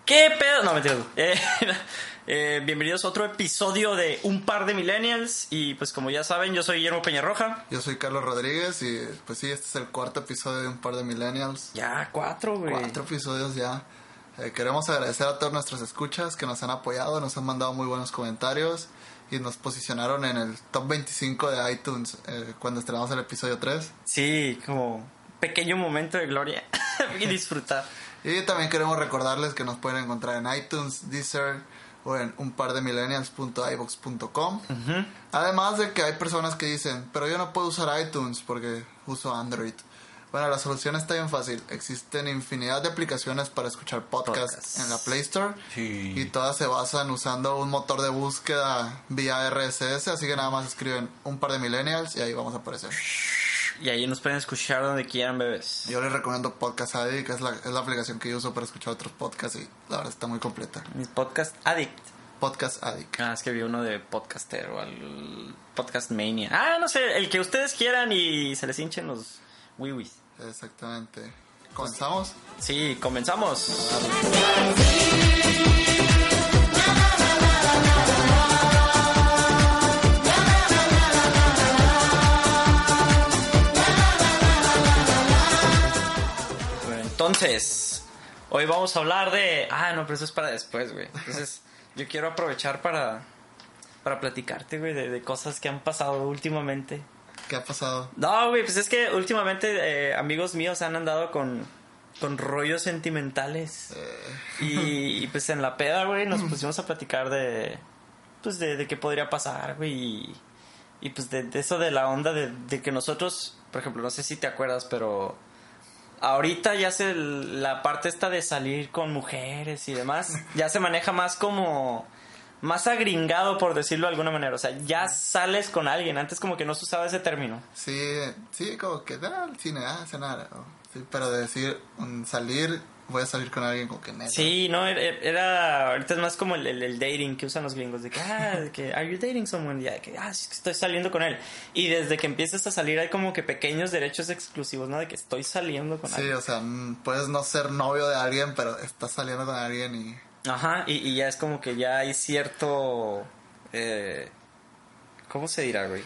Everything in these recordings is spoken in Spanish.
¿Qué pedo? No, mentira. Bienvenidos a otro episodio de Un Par de Millennials. Y pues como ya saben, yo soy Guillermo Peñarroja. Yo soy Carlos Rodríguez y pues sí, este es el cuarto episodio de Un Par de Millennials. Ya, 4, güey. 4 episodios ya. Queremos agradecer a todos nuestros escuchas que nos han apoyado, nos han mandado muy buenos comentarios y nos posicionaron en el top 25 de iTunes cuando estrenamos el episodio 3. Sí, como pequeño momento de gloria y disfrutar. Y también queremos recordarles que nos pueden encontrar en iTunes, Deezer o en unpardemillennials.ivox.com. Uh-huh. Además de que hay personas que dicen, pero yo no puedo usar iTunes porque uso Android. Bueno, la solución está bien fácil. Existen infinidad de aplicaciones para escuchar podcasts en la Play Store. Sí. Y todas se basan usando un motor de búsqueda vía RSS. Así que nada más escriben Un Par de Millennials y ahí vamos a aparecer. Y ahí nos pueden escuchar donde quieran, bebés. Yo les recomiendo Podcast Addict, que es la aplicación que yo uso para escuchar otros podcasts y la verdad está muy completa. Mi podcast Addict. Podcast Addict. Ah, es que vi uno de podcaster o al Podcast Mania. Ah, no sé, el que ustedes quieran y se les hinchen los wiwis. Exactamente. ¿Comenzamos? Sí, comenzamos. Bueno, entonces, hoy vamos a hablar de... Ah, no, pero eso es para después, güey. Entonces, yo quiero aprovechar para platicarte, güey, de cosas que han pasado últimamente. ¿Qué ha pasado? No, güey, pues es que últimamente amigos míos han andado con rollos sentimentales. Y pues en la peda, güey, nos pusimos a platicar de qué podría pasar, güey. Y pues de eso de la onda de que nosotros, por ejemplo, no sé si te acuerdas, pero ahorita ya la parte esta de salir con mujeres y demás, ya se maneja más como... más agringado, por decirlo de alguna manera. O sea, ya sales con alguien. Antes como que no se usaba ese término. Sí, como que al cine, cenar. Sí, pero de decir, salir, voy a salir con alguien como que neta. Sí, no, era ahorita es más como el dating que usan los gringos. De que, are you dating someone? Ya, que, sí, estoy saliendo con él. Y desde que empiezas a salir hay como que pequeños derechos exclusivos, ¿no? De que estoy saliendo con alguien. Sí, o sea, puedes no ser novio de alguien, pero estás saliendo con alguien y... Ajá, y ya es como que ya hay cierto... ¿cómo se dirá, güey?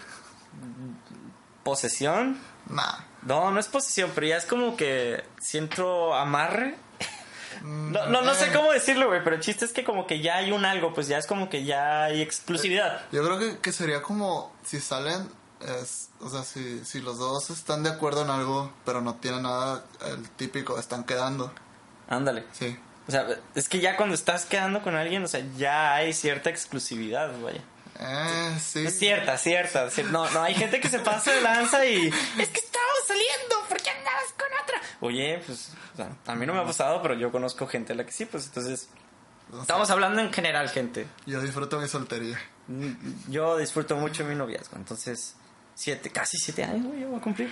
¿Posesión? Nah. No es posesión, pero ya es como que siento amarre. No sé cómo decirlo, güey, pero el chiste es que como que ya hay un algo, pues ya es como que ya hay exclusividad. Yo creo que sería como si salen... o sea, si los dos están de acuerdo en algo, pero no tienen nada, el típico, están quedando. Ándale. Sí. O sea, es que ya cuando estás quedando con alguien, o sea, ya hay cierta exclusividad, vaya. Sí. Es cierta. No, hay gente que se pasa de lanza y... Es que estábamos saliendo, ¿por qué andabas con otra? Oye, pues, o sea, a mí no me ha pasado, pero yo conozco gente a la que sí, pues, entonces... Estamos hablando en general, gente. Yo disfruto mi soltería. Yo disfruto mucho mi noviazgo, entonces... casi 7 años, güey, yo voy a cumplir.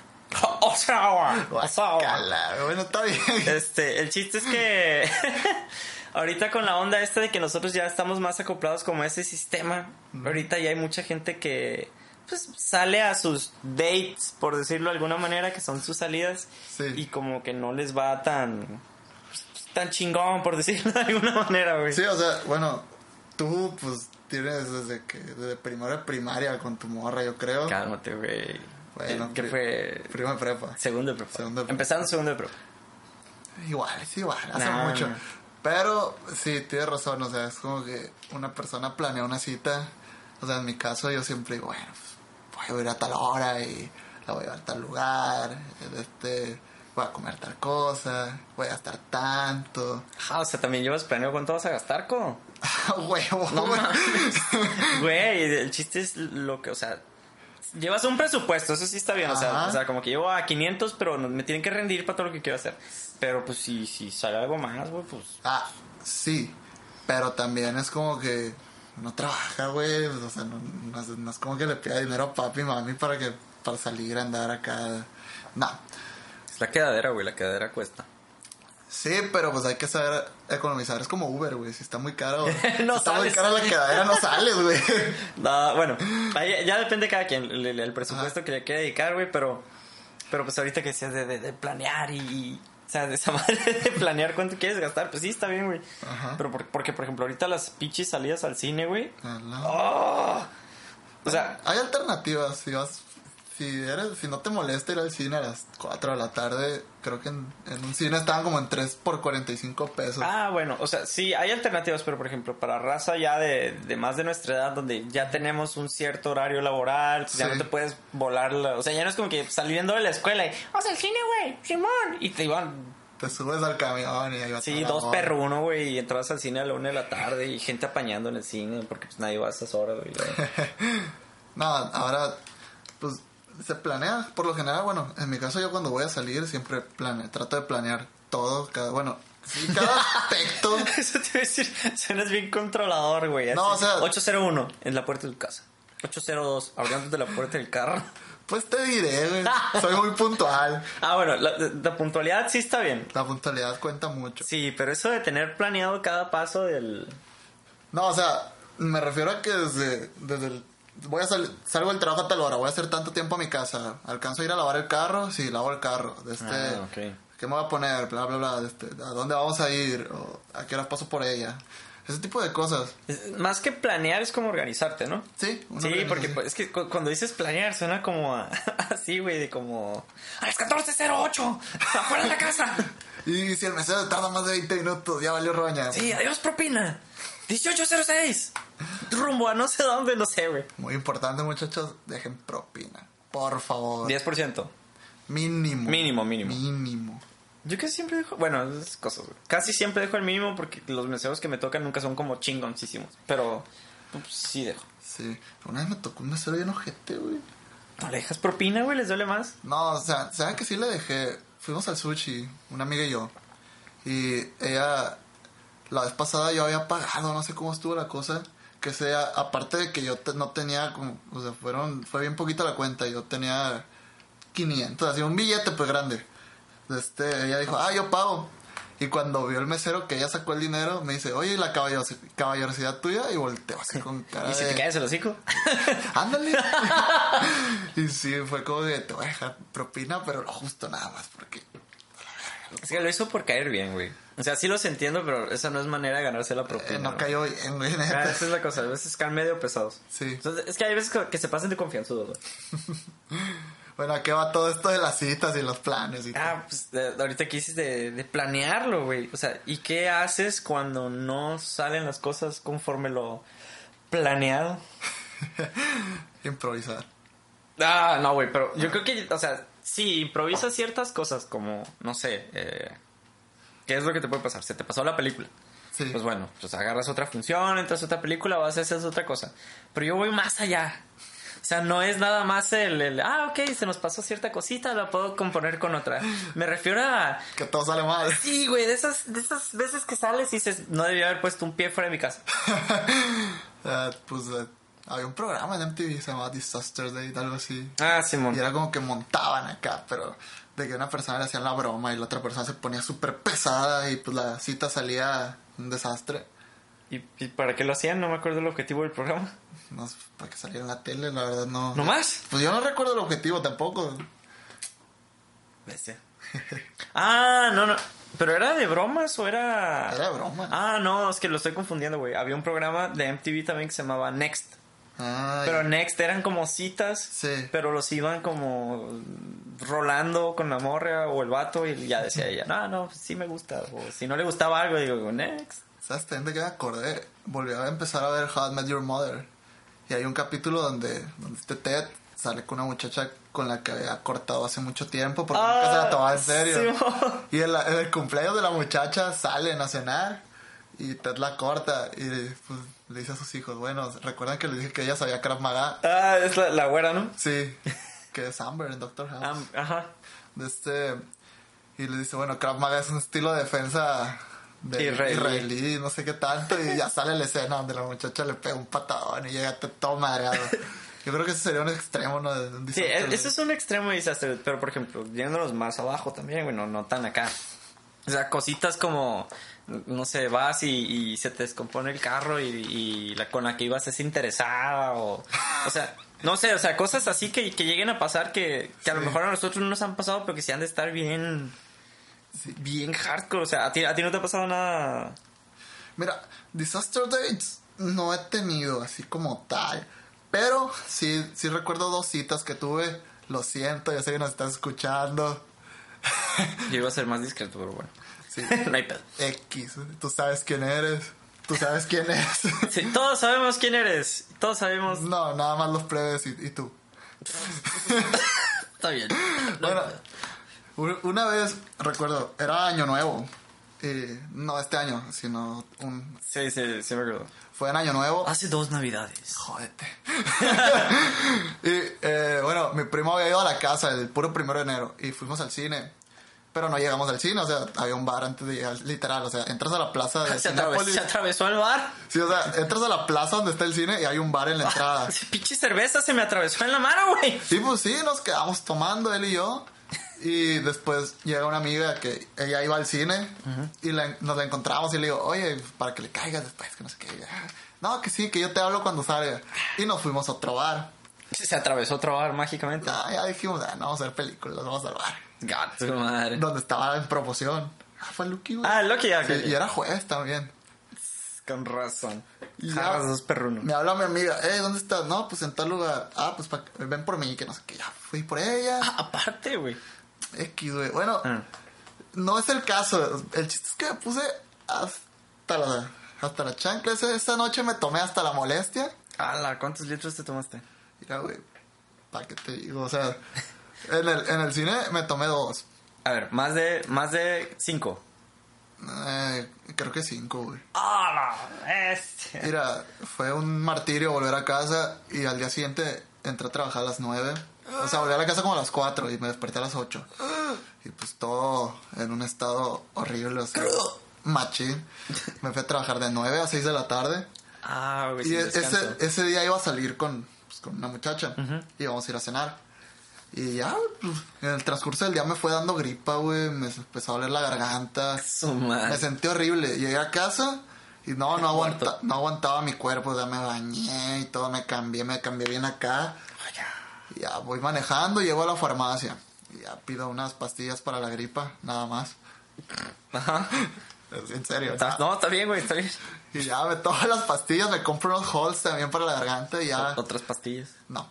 Bueno, está bien. El chiste es que ahorita con la onda esta de que nosotros ya estamos más acoplados como a ese sistema, ahorita ya hay mucha gente que pues sale a sus dates, por decirlo de alguna manera, que son sus salidas, sí. Y como que no les va tan chingón, por decirlo de alguna manera, güey. Sí, o sea, bueno, tú pues tienes desde primero de primaria con tu morra, yo creo. Cálmate, güey. Bueno, ¿Qué fue? Primero de prepa. Segundo de prepa. Empezando segundo de prepa. Igual, hace mucho. No. Pero sí, tienes razón, o sea, es como que una persona planea una cita. O sea, en mi caso yo siempre digo, bueno, pues voy a ir a tal hora y la voy a llevar a tal lugar, voy a comer tal cosa, voy a gastar tanto. O sea, también llevas planeo cuánto vas a gastar, ¿cómo? Huevo. No mames. Güey, el chiste es lo que, o sea, llevas un presupuesto, eso sí está bien. O sea, como que llevo a 500, pero me tienen que rendir para todo lo que quiero hacer. Pero pues si sale algo más, güey, pues... Sí, pero también es como que no trabaja, güey. O sea, no es como que le pida dinero a papi y mami para salir a andar acá. No. Es la quedadera, güey, la quedadera cuesta. Sí, pero pues hay que saber economizar. Es como Uber, güey. Si está muy caro, no si está sales. muy cara la quedadera, no sales, güey. No, bueno, ya depende de cada quien el presupuesto que le quiera dedicar, güey, pero pues ahorita que decías de planear y O sea, de esa madre de planear cuánto quieres gastar, pues sí, está bien, güey. Ajá. Pero porque, por ejemplo, ahorita las pinches salidas al cine, güey. Ala. ¡Oh! O sea, Hay alternativas. Si no te molesta ir al cine a las 4 de la tarde, creo que en un cine estaban como en 3 por 45 pesos. bueno, o sea, sí, hay alternativas, pero por ejemplo, para raza ya de más de nuestra edad, donde ya tenemos un cierto horario laboral, pues ya Sí. no te puedes volar, o sea, ya no es como que saliendo de la escuela y, vamos al cine, güey, Simón, y te iban, Te subes al camión y ahí va sí, toda la 2 hora. perro 1, güey, y entras al cine a la 1 de la tarde y gente apañando en el cine, porque pues nadie va a esas horas, güey. No, ahora, pues, se planea, por lo general, bueno, en mi caso yo cuando voy a salir siempre trato de planear todo, cada aspecto. Eso te iba a decir, suenas bien controlador, güey. No, así. o sea- 801 en la puerta de tu casa. 802 abriendo de la puerta del carro. Pues te diré, güey, soy muy puntual. Bueno, la puntualidad sí está bien. La puntualidad cuenta mucho. Sí, pero eso de tener planeado cada paso del... No, o sea, me refiero a que salgo del trabajo a tal hora, voy a hacer tanto tiempo a mi casa, alcanzo a ir a lavar el carro, sí, lavo el carro, ok. ¿qué me voy a poner? Bla, bla, bla, ¿a dónde vamos a ir? O, ¿a qué hora paso por ella? Ese tipo de cosas. Más que planear es como organizarte, ¿no? Sí, Sí, porque pues, es que cuando dices planear suena como así, güey, de como... ¡A las 14:08! ¡Afuera de la casa! Y si el mesero tarda más de 20 minutos, ya valió roña. Sí, adiós propina. 18:06. Rumbo a no sé dónde, no sé, güey. Muy importante, muchachos, dejen propina. Por favor. 10%. Mínimo. Mínimo. Yo casi siempre dejo... Bueno, esas cosas, güey. Casi siempre dejo el mínimo porque los meseros que me tocan nunca son como chingoncísimos. Pero pues, sí dejo. Sí. Una vez me tocó un mesero bien ojete, güey. ¿No le dejas propina, güey? ¿Les duele más? No, o sea, ¿saben que sí le dejé? Fuimos al sushi, una amiga y yo. Y ella, la vez pasada yo había pagado, no sé cómo estuvo la cosa. Que sea, aparte de que yo no tenía como, o sea, fue bien poquita la cuenta. Yo tenía 500, así un billete pues grande. Ella dijo, yo pago. Y cuando vio el mesero que ella sacó el dinero, me dice, oye, la caballerosidad tuya, y volteo así con cara ¿Y si de... te caes el hocico? ¡Ándale! Y sí, fue como de, te voy a dejar propina, pero lo justo nada más, porque... Es que lo hizo por caer bien, güey. O sea, sí los entiendo, pero esa no es manera de ganarse la propina. no cayó bien, güey, Ah, neta. esa es la cosa. A veces caen medio pesados. Sí. Entonces, es que hay veces que se pasan de confianzudos, güey. Bueno, ¿a qué va todo esto de las citas y los planes? Y Pues ahorita que dices de planearlo, güey. O sea, ¿y qué haces cuando no salen las cosas conforme lo planeado? improvisar. No, güey, pero yo creo que, o sea, sí, improvisas ciertas cosas como, no sé, ¿qué es lo que te puede pasar? Se te pasó la película. Sí. Pues bueno, pues agarras otra función, entras a otra película, vas a hacer otra cosa. Pero yo voy más allá. O sea, no es nada más ok, se nos pasó cierta cosita, la puedo componer con otra. Me refiero a... Que todo sale mal. Sí, güey, de esas veces que sales y dices, no debía haber puesto un pie fuera de mi casa. Había un programa en MTV, se llamaba Disaster Date, algo así. Simón. Y era como que montaban acá, pero de que una persona le hacían la broma y la otra persona se ponía súper pesada y pues la cita salía un desastre. ¿Y para qué lo hacían? No me acuerdo el objetivo del programa. No sé, para que saliera en la tele, la verdad no. ¿No más? Pues yo no recuerdo el objetivo tampoco. Bestia. No. ¿Pero era de bromas o era...? Era de broma. No, es que lo estoy confundiendo, güey. Había un programa de MTV también que se llamaba Next. Pero Ya. Next eran como citas, Sí. pero los iban como rolando con la morra o el vato y ya decía ella, no, sí me gusta. O si no le gustaba algo, digo, Next. ¿Sabes? Gente que me acordé. Volví a empezar a ver How I Met Your Mother. Y hay un capítulo donde Ted sale con una muchacha con la que había cortado hace mucho tiempo porque nunca se la tomaba en serio. Sí, y en el cumpleaños de la muchacha salen a cenar y Ted la corta y pues, le dice a sus hijos, bueno, ¿recuerdan que le dije que ella sabía Krav Maga? Es la güera, ¿no? Sí, que es Amber en Doctor House. Ajá. Y le dice, bueno, Krav Maga es un estilo de defensa israelí, no sé qué tanto, y ya sale la escena donde la muchacha le pega un patadón y llega todo madreado. Yo creo que ese sería un extremo, ¿no? De un Sí, desastre. ese es un extremo de desastre, pero por ejemplo, yéndonos más abajo también, bueno, no tan acá. O sea, cositas como, no sé, vas y se te descompone el carro y la con la que ibas es interesada o sea, no sé, o sea, cosas así que lleguen a pasar que a lo mejor a nosotros no nos han pasado, pero que sí han de estar bien Sí. Bien hardcore. O sea, ¿a ti no te ha pasado nada? Mira, disaster dates no he tenido así como tal. Pero sí recuerdo 2 citas que tuve. Lo siento, ya sé que nos estás escuchando. Yo iba a ser más discreto, pero bueno. Sí. No hay pedo. X, tú sabes quién eres. Tú sabes quién eres. Sí, todos sabemos quién eres. Todos sabemos. No, nada más los plebes y tú. Está bien. Bueno, una vez, recuerdo, era año nuevo. No este año, sino Sí, me acuerdo. fue en año nuevo. Hace 2 navidades. Jódete. Y bueno, mi primo había ido a la casa el puro 1 de enero y fuimos al cine. Pero no llegamos al cine, o sea, había un bar antes de llegar, literal, o sea, entras a la plaza de Cinépolis. ¿Se atravesó el bar? Sí, o sea, entras a la plaza donde está el cine y hay un bar en la entrada. Pinche cerveza se me atravesó en la mano, güey. Sí, pues sí, nos quedamos tomando él y yo. Y después llega una amiga que ella iba al cine y nos la encontramos y le digo, oye, para que le caigas después, que no sé qué. No, que sí, que yo te hablo cuando salga. Y nos fuimos a otro bar. Se atravesó otro bar mágicamente. No, ya dijimos, no vamos a ver películas, vamos al bar. Gato, madre. Donde estaba en promoción. Fue Lucky, güey. Ah, Lucky, ya. Sí, y era jueves también. Con razón. Y Jarras ya, dos perrunos. me habla mi amiga, ¿dónde estás? No, pues en tal lugar. Ah, pues ven por mí, que no sé qué. Ya fui por ella. Ah, aparte, güey. X, güey. Bueno, no es el caso. El chiste es que me puse hasta la chancla. Esa noche me tomé hasta la molestia. Ala, ¿cuántos litros te tomaste? Mira, güey, ¿para qué te digo? O sea, en el cine me tomé 2. A ver, más de 5. Creo que 5, güey. ¡Hala! Mira, fue un martirio volver a casa y al día siguiente entré a trabajar a las 9. O sea, volví a la casa como a las 4 y me desperté a las 8. Y pues todo en un estado horrible, o sea, machín. Me fui a trabajar de 9 a 6 de la tarde. Ah, güey, Y ese día iba a salir con una muchacha. Y íbamos a ir a cenar. Y ya, pues, en el transcurso del día me fue dando gripa, güey. Me empezó a doler la garganta. Su madre. Me sentí horrible. Llegué a casa y no aguantaba mi cuerpo. O sea, me bañé y todo, me cambié bien acá. Y ya voy manejando, llego a la farmacia. Y ya pido unas pastillas para la gripa, nada más. Ajá. En serio. No, está bien, güey, está bien. Y ya me tomo las pastillas, me compro unos Halls también para la garganta y ya... Otras pastillas. No.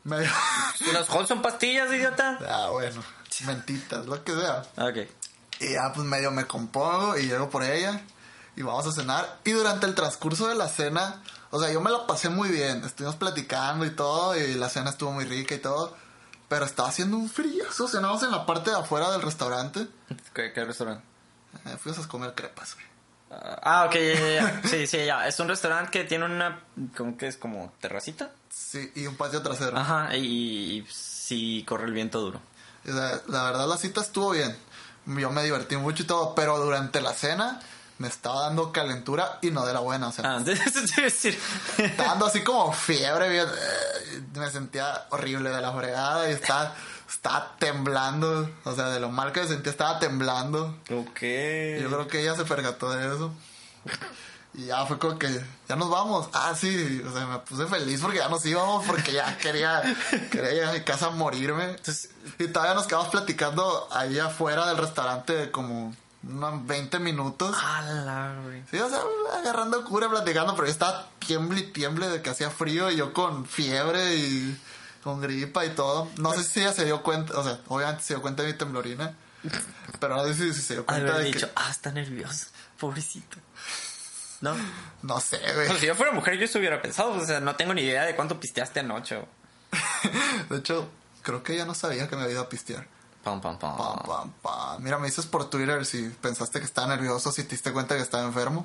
Los Halls son pastillas, idiota. Ah, bueno. Mentitas, lo que sea. Ok. Y ya pues medio me compongo y llego por ella y vamos a cenar. Y durante el transcurso de la cena, o sea, yo me la pasé muy bien. Estuvimos platicando y todo y la cena estuvo muy rica y todo. Pero estaba haciendo un frío. Cenamos en la parte de afuera del restaurante. ¿Qué restaurante? Fuimos a comer crepas, güey. Ok, ya. Sí, ya. Es un restaurante que tiene una... ¿Cómo que es? ¿Como terracita? Sí, y un patio trasero. Ajá, y sí corre el viento duro. O sea, la verdad la cita estuvo bien. Yo me divertí mucho y todo, pero durante la cena me estaba dando calentura y no de la buena, o sea. Eso te iba a decir. Estaba dando así como fiebre, bien, me sentía horrible de la fregada y estaba temblando, o sea, de lo mal que me sentía estaba temblando. Ok. Yo creo que ella se percató de eso. Y ya fue como que, ya nos vamos. Ah, sí, o sea, me puse feliz porque ya nos íbamos, porque ya quería llegar a mi casa a morirme. Entonces, y todavía nos quedamos platicando ahí afuera del restaurante como unos 20 minutos. ¡Hala, güey! Sí, o sea, agarrando cura, platicando, pero yo estaba tiemble de que hacía frío y yo con fiebre y con gripa y todo. No sé si ella se dio cuenta, o sea, obviamente se dio cuenta de mi temblorina, pero no sé si se dio cuenta de dicho, que... está nervioso, pobrecito. ¿No? No sé, güey. Pues si yo fuera mujer, yo eso hubiera pensado. O sea, no tengo ni idea de cuánto pisteaste anoche. Güey. De hecho, creo que ella no sabía que me había ido a pistear. Pam. Mira, me dices por Twitter si pensaste que estaba nervioso, si te diste cuenta que estaba enfermo.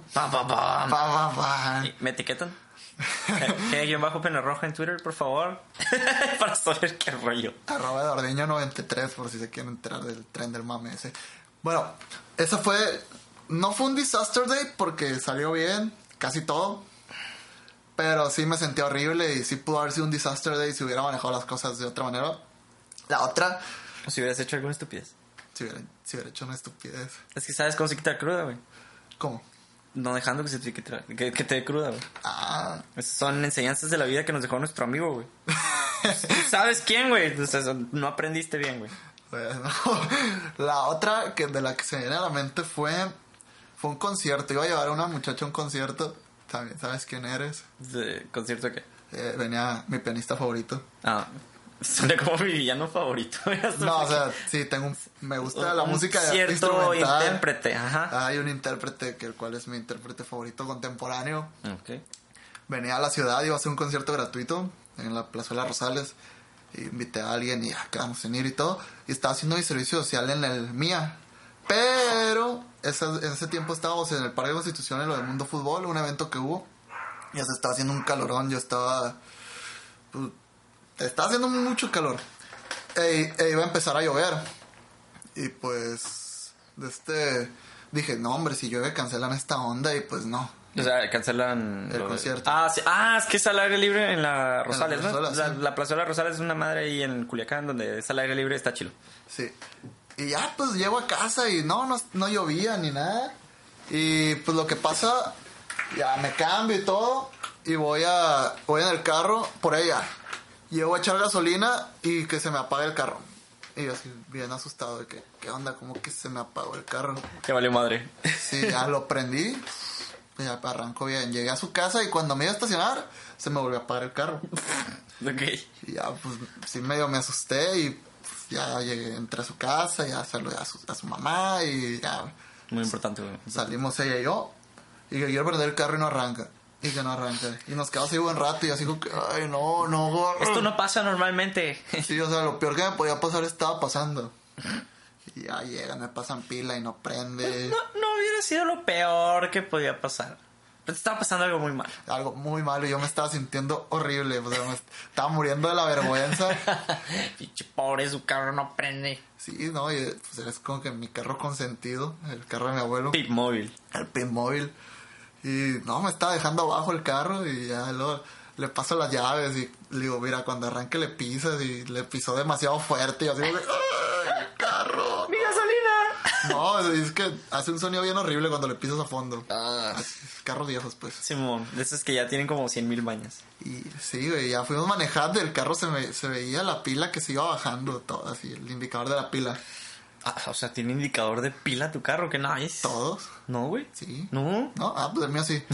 Pam. ¿Me etiquetan? _pena roja en Twitter, por favor. Para saber qué rollo. @dordiño93 por si se quieren enterar del tren del mame ese. Bueno, eso fue... No fue un disaster date porque salió bien, casi todo. Pero sí me sentí horrible y sí pudo haber sido un disaster date si hubiera manejado las cosas de otra manera. La otra... O si hubieras hecho alguna estupidez. Si hubiera hecho una estupidez. Es que sabes cómo se quita cruda, güey. ¿Cómo? No dejando que se te quite, que te dé cruda, güey. Ah. Esas son enseñanzas de la vida que nos dejó nuestro amigo, güey. ¿Sabes quién, güey? O sea, no aprendiste bien, güey. Bueno, la otra de la que se me viene a la mente fue un concierto. Iba a llevar a una muchacha a un concierto. También, ¿sabes quién eres? ¿De concierto qué? Venía mi pianista favorito. Ah, suena como mi villano favorito. No, o sea, sí, me gusta la música cierto instrumental. Intérprete, ajá. Hay un intérprete el cual es mi intérprete favorito contemporáneo. Ok. Venía a la ciudad, iba a hacer un concierto gratuito en la Plazuela Rosales. Invité a alguien y acabamos en ir y todo. Y estaba haciendo mi servicio social en el MIA. Pero en ese tiempo estábamos en el Parque de Constitución en lo del Mundo Fútbol, un evento que hubo. Ya se estaba haciendo un calorón, estaba haciendo mucho calor. Iba a empezar a llover. Y pues, dije, no hombre, si llueve cancelan esta onda y pues no. O sea, cancelan el concierto. Sí. Es que es al aire libre en la Rosales, en la ¿no? Plazuela, sí. La Plazuela Rosales es una madre ahí en Culiacán donde es al aire libre, está chilo. Sí. Y ya pues llego a casa y no llovía ni nada. Y pues lo que pasa, ya me cambio y todo. Y voy en el carro por ella. Llego a echar gasolina y que se me apaga el carro. Y yo así bien asustado de que, ¿qué onda? ¿Cómo que se me apagó el carro? Que valió madre. Sí, ya lo prendí. Ya arrancó bien. Llegué a su casa y cuando me iba a estacionar, se me volvió a apagar el carro. Ok. Y ya, pues, sí medio me asusté y pues, ya entré a su casa, ya saludé a su mamá y ya... Muy importante, güey. Salimos ella y yo. Y que quiero prender el carro y no arranca. Y que no arranca. Y nos quedamos ahí buen rato y así como que, ay, no. Esto no pasa normalmente. Sí, o sea, lo peor que me podía pasar estaba pasando. Y ya llegan, me pasan pila y no prende. No hubiera sido lo peor que podía pasar. Pero te estaba pasando algo muy mal. Algo muy malo y yo me estaba sintiendo horrible. O sea, me estaba muriendo de la vergüenza. Pinche pobre, su carro no prende. Sí, no, y pues es como que mi carro consentido, el carro de mi abuelo. Pip móvil. El Pip móvil. Y no, me estaba dejando abajo el carro y ya luego le paso las llaves y le digo, mira, cuando arranque le pisas y le pisó demasiado fuerte y así como que, ¡ay, el carro! ¡Mi gasolina! No, es que hace un sonido bien horrible cuando le pisas a fondo. Carros viejos, pues. Simón, de esos que ya tienen como 100,000 bañas. Y sí, güey, ya fuimos manejando, el carro se veía la pila que se iba bajando, todo así, el indicador de la pila. O sea, tiene indicador de pila tu carro, que nice. ¿Todos? ¿No, güey? Sí. ¿No? No, pues el mío sí.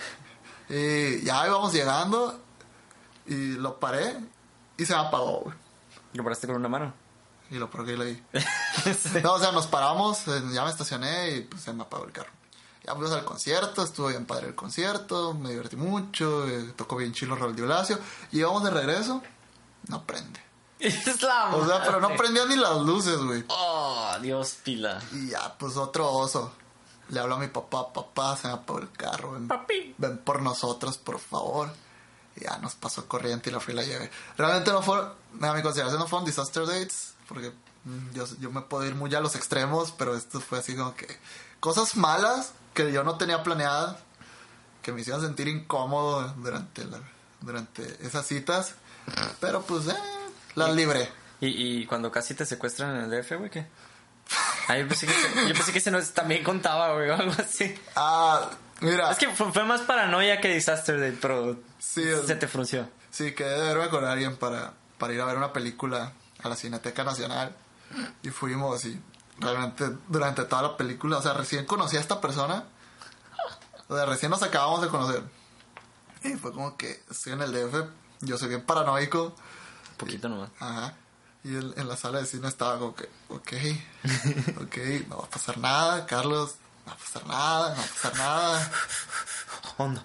Y ya íbamos llegando y lo paré y se me apagó, güey. ¿Lo paraste con una mano? Y lo paré ahí. Sí. No, o sea, nos paramos, ya me estacioné y pues se me apagó el carro. Ya fuimos al concierto, estuvo bien padre el concierto, me divertí mucho, tocó bien chilo Raúl Di Blasio. Y íbamos de regreso, no prende. Es la O sea, pero no prendían ni las luces, güey. Oh, Dios, pila. Y ya, pues otro oso. Le hablo a mi papá, se me apagó el carro. Papi. Ven por nosotros, por favor. Y ya nos pasó corriente y la fui y la llevé. Realmente no fue, a mi consideración no fueron disaster dates, porque yo me puedo ir muy a los extremos, pero esto fue así como que cosas malas que yo no tenía planeadas, que me hicieron sentir incómodo durante esas citas, pero pues las libré. ¿Y cuando casi te secuestran en el DF, güey, qué? Yo pensé que ese no también contaba, güey, o algo así. Mira. Es que fue más paranoia que disaster date, pero sí, se te frunció. Sí, quedé de verme con alguien para ir a ver una película a la Cineteca Nacional. Y fuimos y realmente durante toda la película, o sea, recién conocí a esta persona. O sea, recién nos acabamos de conocer. Y fue como que estoy en el DF, yo soy bien paranoico. Un poquito nomás. Ajá. Y en la sala de cine estaba como que, ok, no va a pasar nada, Carlos, no va a pasar nada. Onda.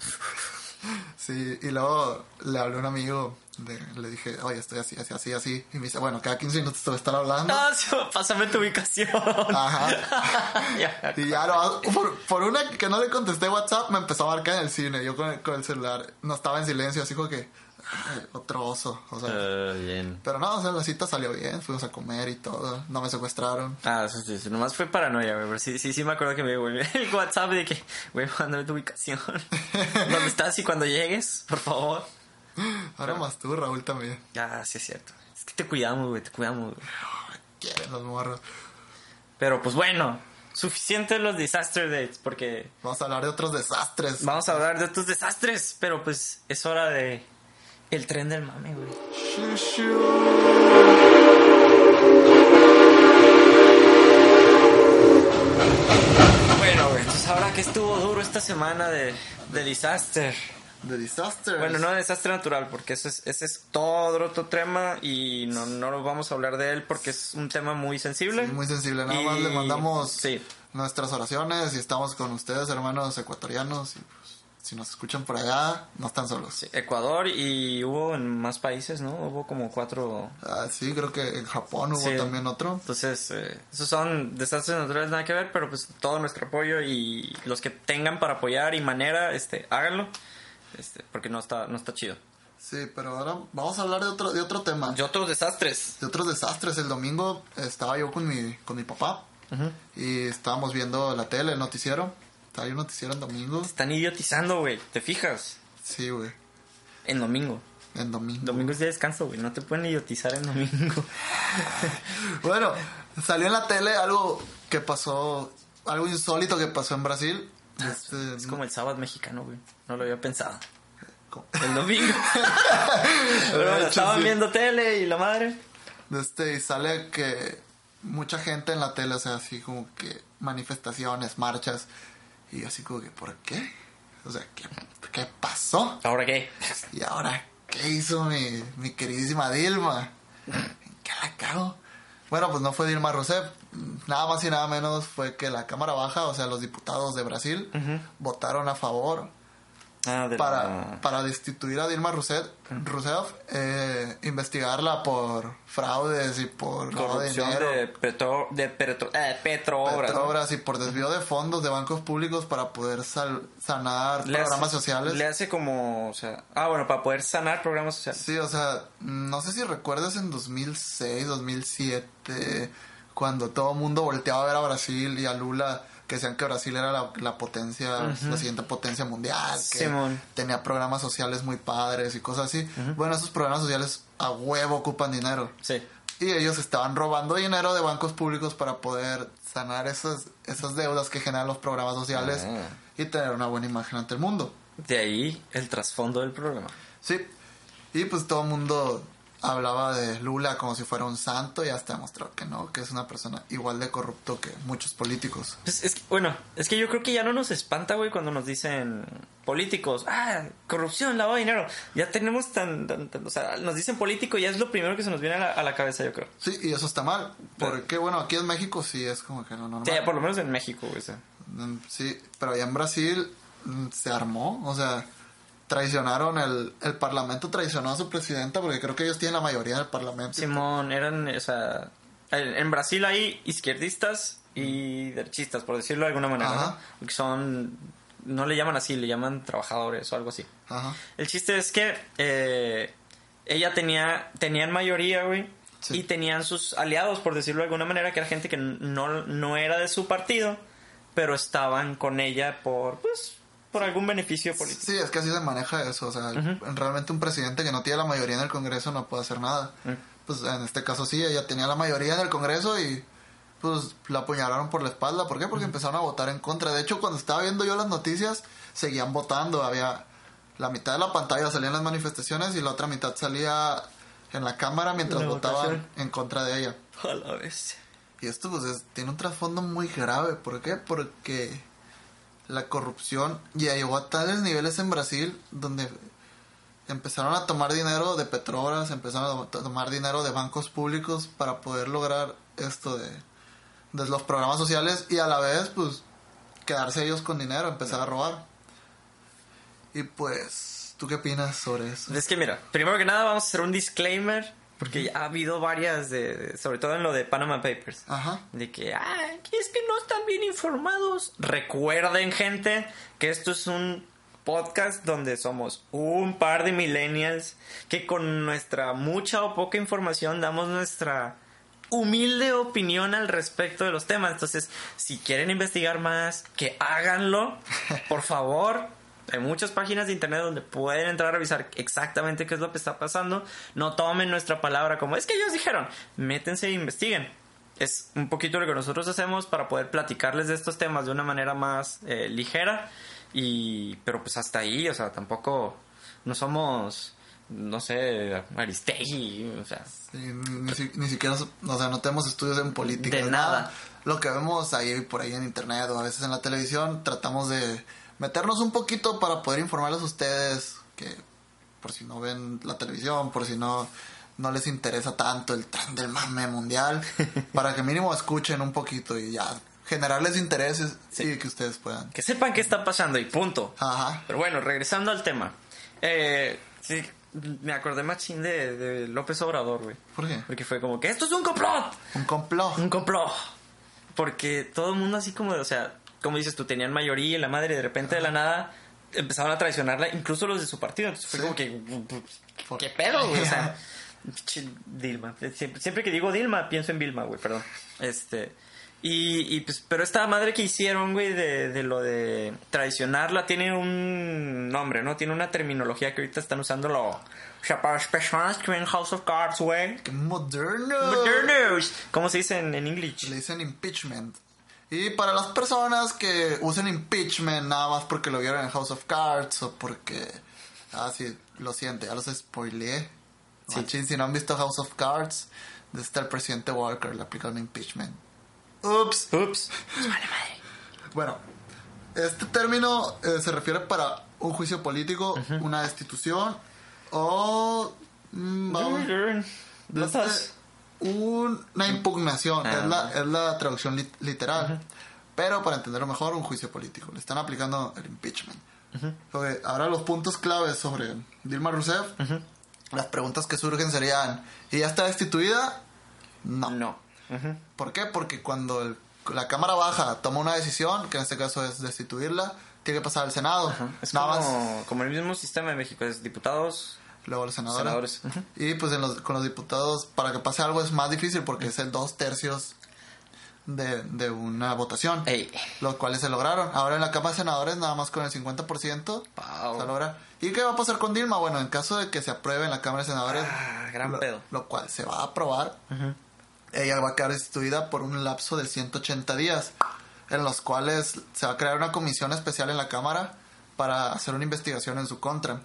Sí, y luego le hablé a un amigo, le dije, oye, estoy así. Y me dice, bueno, cada 15 minutos te voy a estar hablando. Sí, pásame tu ubicación. Ajá. Y ya por una que no le contesté WhatsApp, me empezó a marcar en el cine. Yo con el celular no estaba en silencio, así como que, otro oso. O sea, bien. pero no, o sea, la cita salió bien, fuimos a comer y todo, no me secuestraron. Eso sí, nomás fue paranoia, güey, pero sí me acuerdo que me güey, el WhatsApp de que, güey, mándame tu ubicación. ¿Dónde estás y cuando llegues, por favor? Ahora más tú, Raúl, también. Sí es cierto. Es que te cuidamos, güey. Quieren los morros. Pero pues bueno, suficiente los disaster dates, porque vamos a hablar de otros desastres. Vamos a hablar de otros desastres, pero pues es hora de el tren del mame, güey. ahora que estuvo duro esta semana de disaster. The Disasters. Bueno, no de desastre natural, porque ese es todo otro tema y no lo vamos a hablar de él porque es un tema muy sensible. Sí, muy sensible. Nada más le mandamos sí, nuestras oraciones y estamos con ustedes, hermanos ecuatorianos. Y pues, si nos escuchan por allá, no están solos. sí, Ecuador y hubo en más países, ¿no? Hubo como 4... Sí, creo que en Japón hubo también otro. Entonces, esos son desastres naturales, nada que ver, pero pues todo nuestro apoyo y los que tengan para apoyar y manera, háganlo. Porque no está chido. Sí, pero ahora vamos a hablar de otro tema. De otros desastres. De otros desastres. El domingo estaba yo con mi papá. Uh-huh. Y estábamos viendo la tele, el noticiero. Estaba yo noticiero en domingo. Te están idiotizando, güey. ¿Te fijas? Sí, güey. En domingo. En domingo. Domingo es de descanso, güey. No te pueden idiotizar en domingo. Bueno, salió en la tele algo que pasó, algo insólito que pasó en Brasil. Es como el sábado mexicano, güey. No lo había pensado. ¿Cómo? El domingo. Pero bueno, estaban viendo tele y la madre. Y sale que mucha gente en la tele, o sea, así como que manifestaciones, marchas. Y así como que, ¿por qué? O sea, ¿qué pasó? ¿Ahora qué? Y ahora, ¿qué hizo mi queridísima Dilma? ¿En qué la cago? Bueno, pues no fue Dilma Rousseff. Nada más y nada menos fue que la Cámara Baja, o sea, los diputados de Brasil, Uh-huh. votaron a favor para destituir a Dilma Rousseff, investigarla por fraudes y por lavado de corrupción dinero, de Petroobras. Petrobras, y por desvío de fondos de bancos públicos para poder sanar programas sociales. Le hace como, o sea... bueno, para poder sanar programas sociales. Sí, o sea, no sé si recuerdas en 2006, 2007, cuando todo el mundo volteaba a ver a Brasil y a Lula, que decían que Brasil era la potencia, Uh-huh. la siguiente potencia mundial, que Simón. tenía programas sociales muy padres y cosas así. Uh-huh. Bueno, esos programas sociales a huevo ocupan dinero. Sí. Y ellos estaban robando dinero de bancos públicos para poder sanar esas deudas que generan los programas sociales y tener una buena imagen ante el mundo. De ahí el trasfondo del programa. Sí, y pues todo el mundo hablaba de Lula como si fuera un santo y hasta demostró que no, que es una persona igual de corrupto que muchos políticos. Pues es que yo creo que ya no nos espanta, güey, cuando nos dicen políticos, corrupción, lavado de dinero. Ya tenemos o sea, nos dicen político y ya es lo primero que se nos viene a la cabeza, yo creo. Sí, y eso está mal, porque bueno, aquí en México sí es como que no normal. Sí, por lo menos en México, güey. Sí, pero allá en Brasil se armó, o sea, traicionaron el parlamento, traicionó a su presidenta, porque creo que ellos tienen la mayoría del parlamento. Simón, o sea, en Brasil hay izquierdistas y derechistas, por decirlo de alguna manera, Ajá. ¿no? Que son, no le llaman así, le llaman trabajadores o algo así. Ajá. El chiste es que ella tenían mayoría, güey, Sí. y tenían sus aliados, por decirlo de alguna manera, que era gente que no era de su partido, pero estaban con ella por algún beneficio político. Sí, es que así se maneja eso, o sea, Uh-huh. realmente un presidente que no tiene la mayoría en el Congreso no puede hacer nada. Pues en este caso sí, ella tenía la mayoría en el Congreso y pues la apuñalaron por la espalda. ¿Por qué? Porque empezaron a votar en contra. De hecho, cuando estaba viendo yo las noticias, seguían votando. Había la mitad de la pantalla salían las manifestaciones y la otra mitad salía en la cámara mientras La votaban votación. en contra de ella. A la vez. Y esto pues tiene un trasfondo muy grave. ¿Por qué? Porque la corrupción ya llegó a tales niveles en Brasil donde empezaron a tomar dinero de Petrobras, empezaron a tomar dinero de bancos públicos para poder lograr esto de los programas sociales y a la vez pues quedarse ellos con dinero, empezar a robar. Y pues, ¿tú qué opinas sobre eso? Es que mira, primero que nada vamos a hacer un disclaimer, porque ya ha habido varias, sobre todo en lo de Panama Papers. Ajá. De que, es que no están bien informados. Recuerden, gente, que esto es un podcast donde somos un par de millennials que con nuestra mucha o poca información damos nuestra humilde opinión al respecto de los temas. Entonces, si quieren investigar más, que háganlo, por favor. Hay muchas páginas de internet donde pueden entrar a revisar exactamente qué es lo que está pasando. No tomen nuestra palabra como es que ellos dijeron. Métense e investiguen. Es un poquito lo que nosotros hacemos para poder platicarles de estos temas de una manera más ligera. Pero pues hasta ahí, o sea, tampoco no somos no sé, Aristegui, o sea... Sí, ni siquiera, o sea, no tenemos estudios en política. De nada. Lo que vemos ahí por ahí en internet o a veces en la televisión, tratamos de meternos un poquito para poder informarles a ustedes que por si no ven la televisión, por si no les interesa tanto el tren del mame mundial, para que mínimo escuchen un poquito y ya generarles intereses y que ustedes puedan. Que sepan qué está pasando y punto. Ajá. Pero bueno, regresando al tema. Sí, me acordé machín de López Obrador, güey. ¿Por qué? Porque fue como que esto es un complot. Un complot. Un complot. Porque todo el mundo así como, o sea, como dices tú, tenían mayoría y la madre y de repente de la nada empezaron a traicionarla, incluso los de su partido. Entonces fue como que, ¿qué pedo, güey? O sea, Dilma. Siempre que digo Dilma, pienso en Vilma, güey, perdón. Y pues, pero esta madre que hicieron, güey, de lo de traicionarla, tiene un nombre, ¿no? Tiene una terminología que ahorita están usando o sea, para las personas que ven House of Cards, güey. ¡Qué moderno! Modernos. ¿Cómo se dice en English? Le dicen impeachment. Y para las personas que usen impeachment nada más porque lo vieron en House of Cards o porque... Ah, sí, lo siento, ya los spoileé. Sí. Machín, si no han visto House of Cards, de el presidente Walker le aplicaron impeachment. Ups. Vale, madre. Bueno, este término se refiere para un juicio político, una destitución o... vamos, una impugnación. Es la traducción literal. Pero para entenderlo mejor, un juicio político. Le están aplicando el impeachment. Okay, ahora los puntos claves sobre Dilma Rousseff. Las preguntas que surgen serían: ¿y ya está destituida? No. ¿Por qué? Porque cuando la Cámara Baja toma una decisión, que en este caso es destituirla, tiene que pasar al Senado. Es nada como el mismo sistema de México, es diputados, luego los senadores. Y pues con los diputados, para que pase algo es más difícil porque es el 2/3 de una votación. Los cuales se lograron. Ahora en la Cámara de Senadores nada más con el 50% se logra. ¿Y qué va a pasar con Dilma? Bueno, en caso de que se apruebe en la Cámara de Senadores, gran pedo. Lo cual se va a aprobar, ella va a quedar destituida por un lapso de 180 días, en los cuales se va a crear una comisión especial en la Cámara para hacer una investigación en su contra.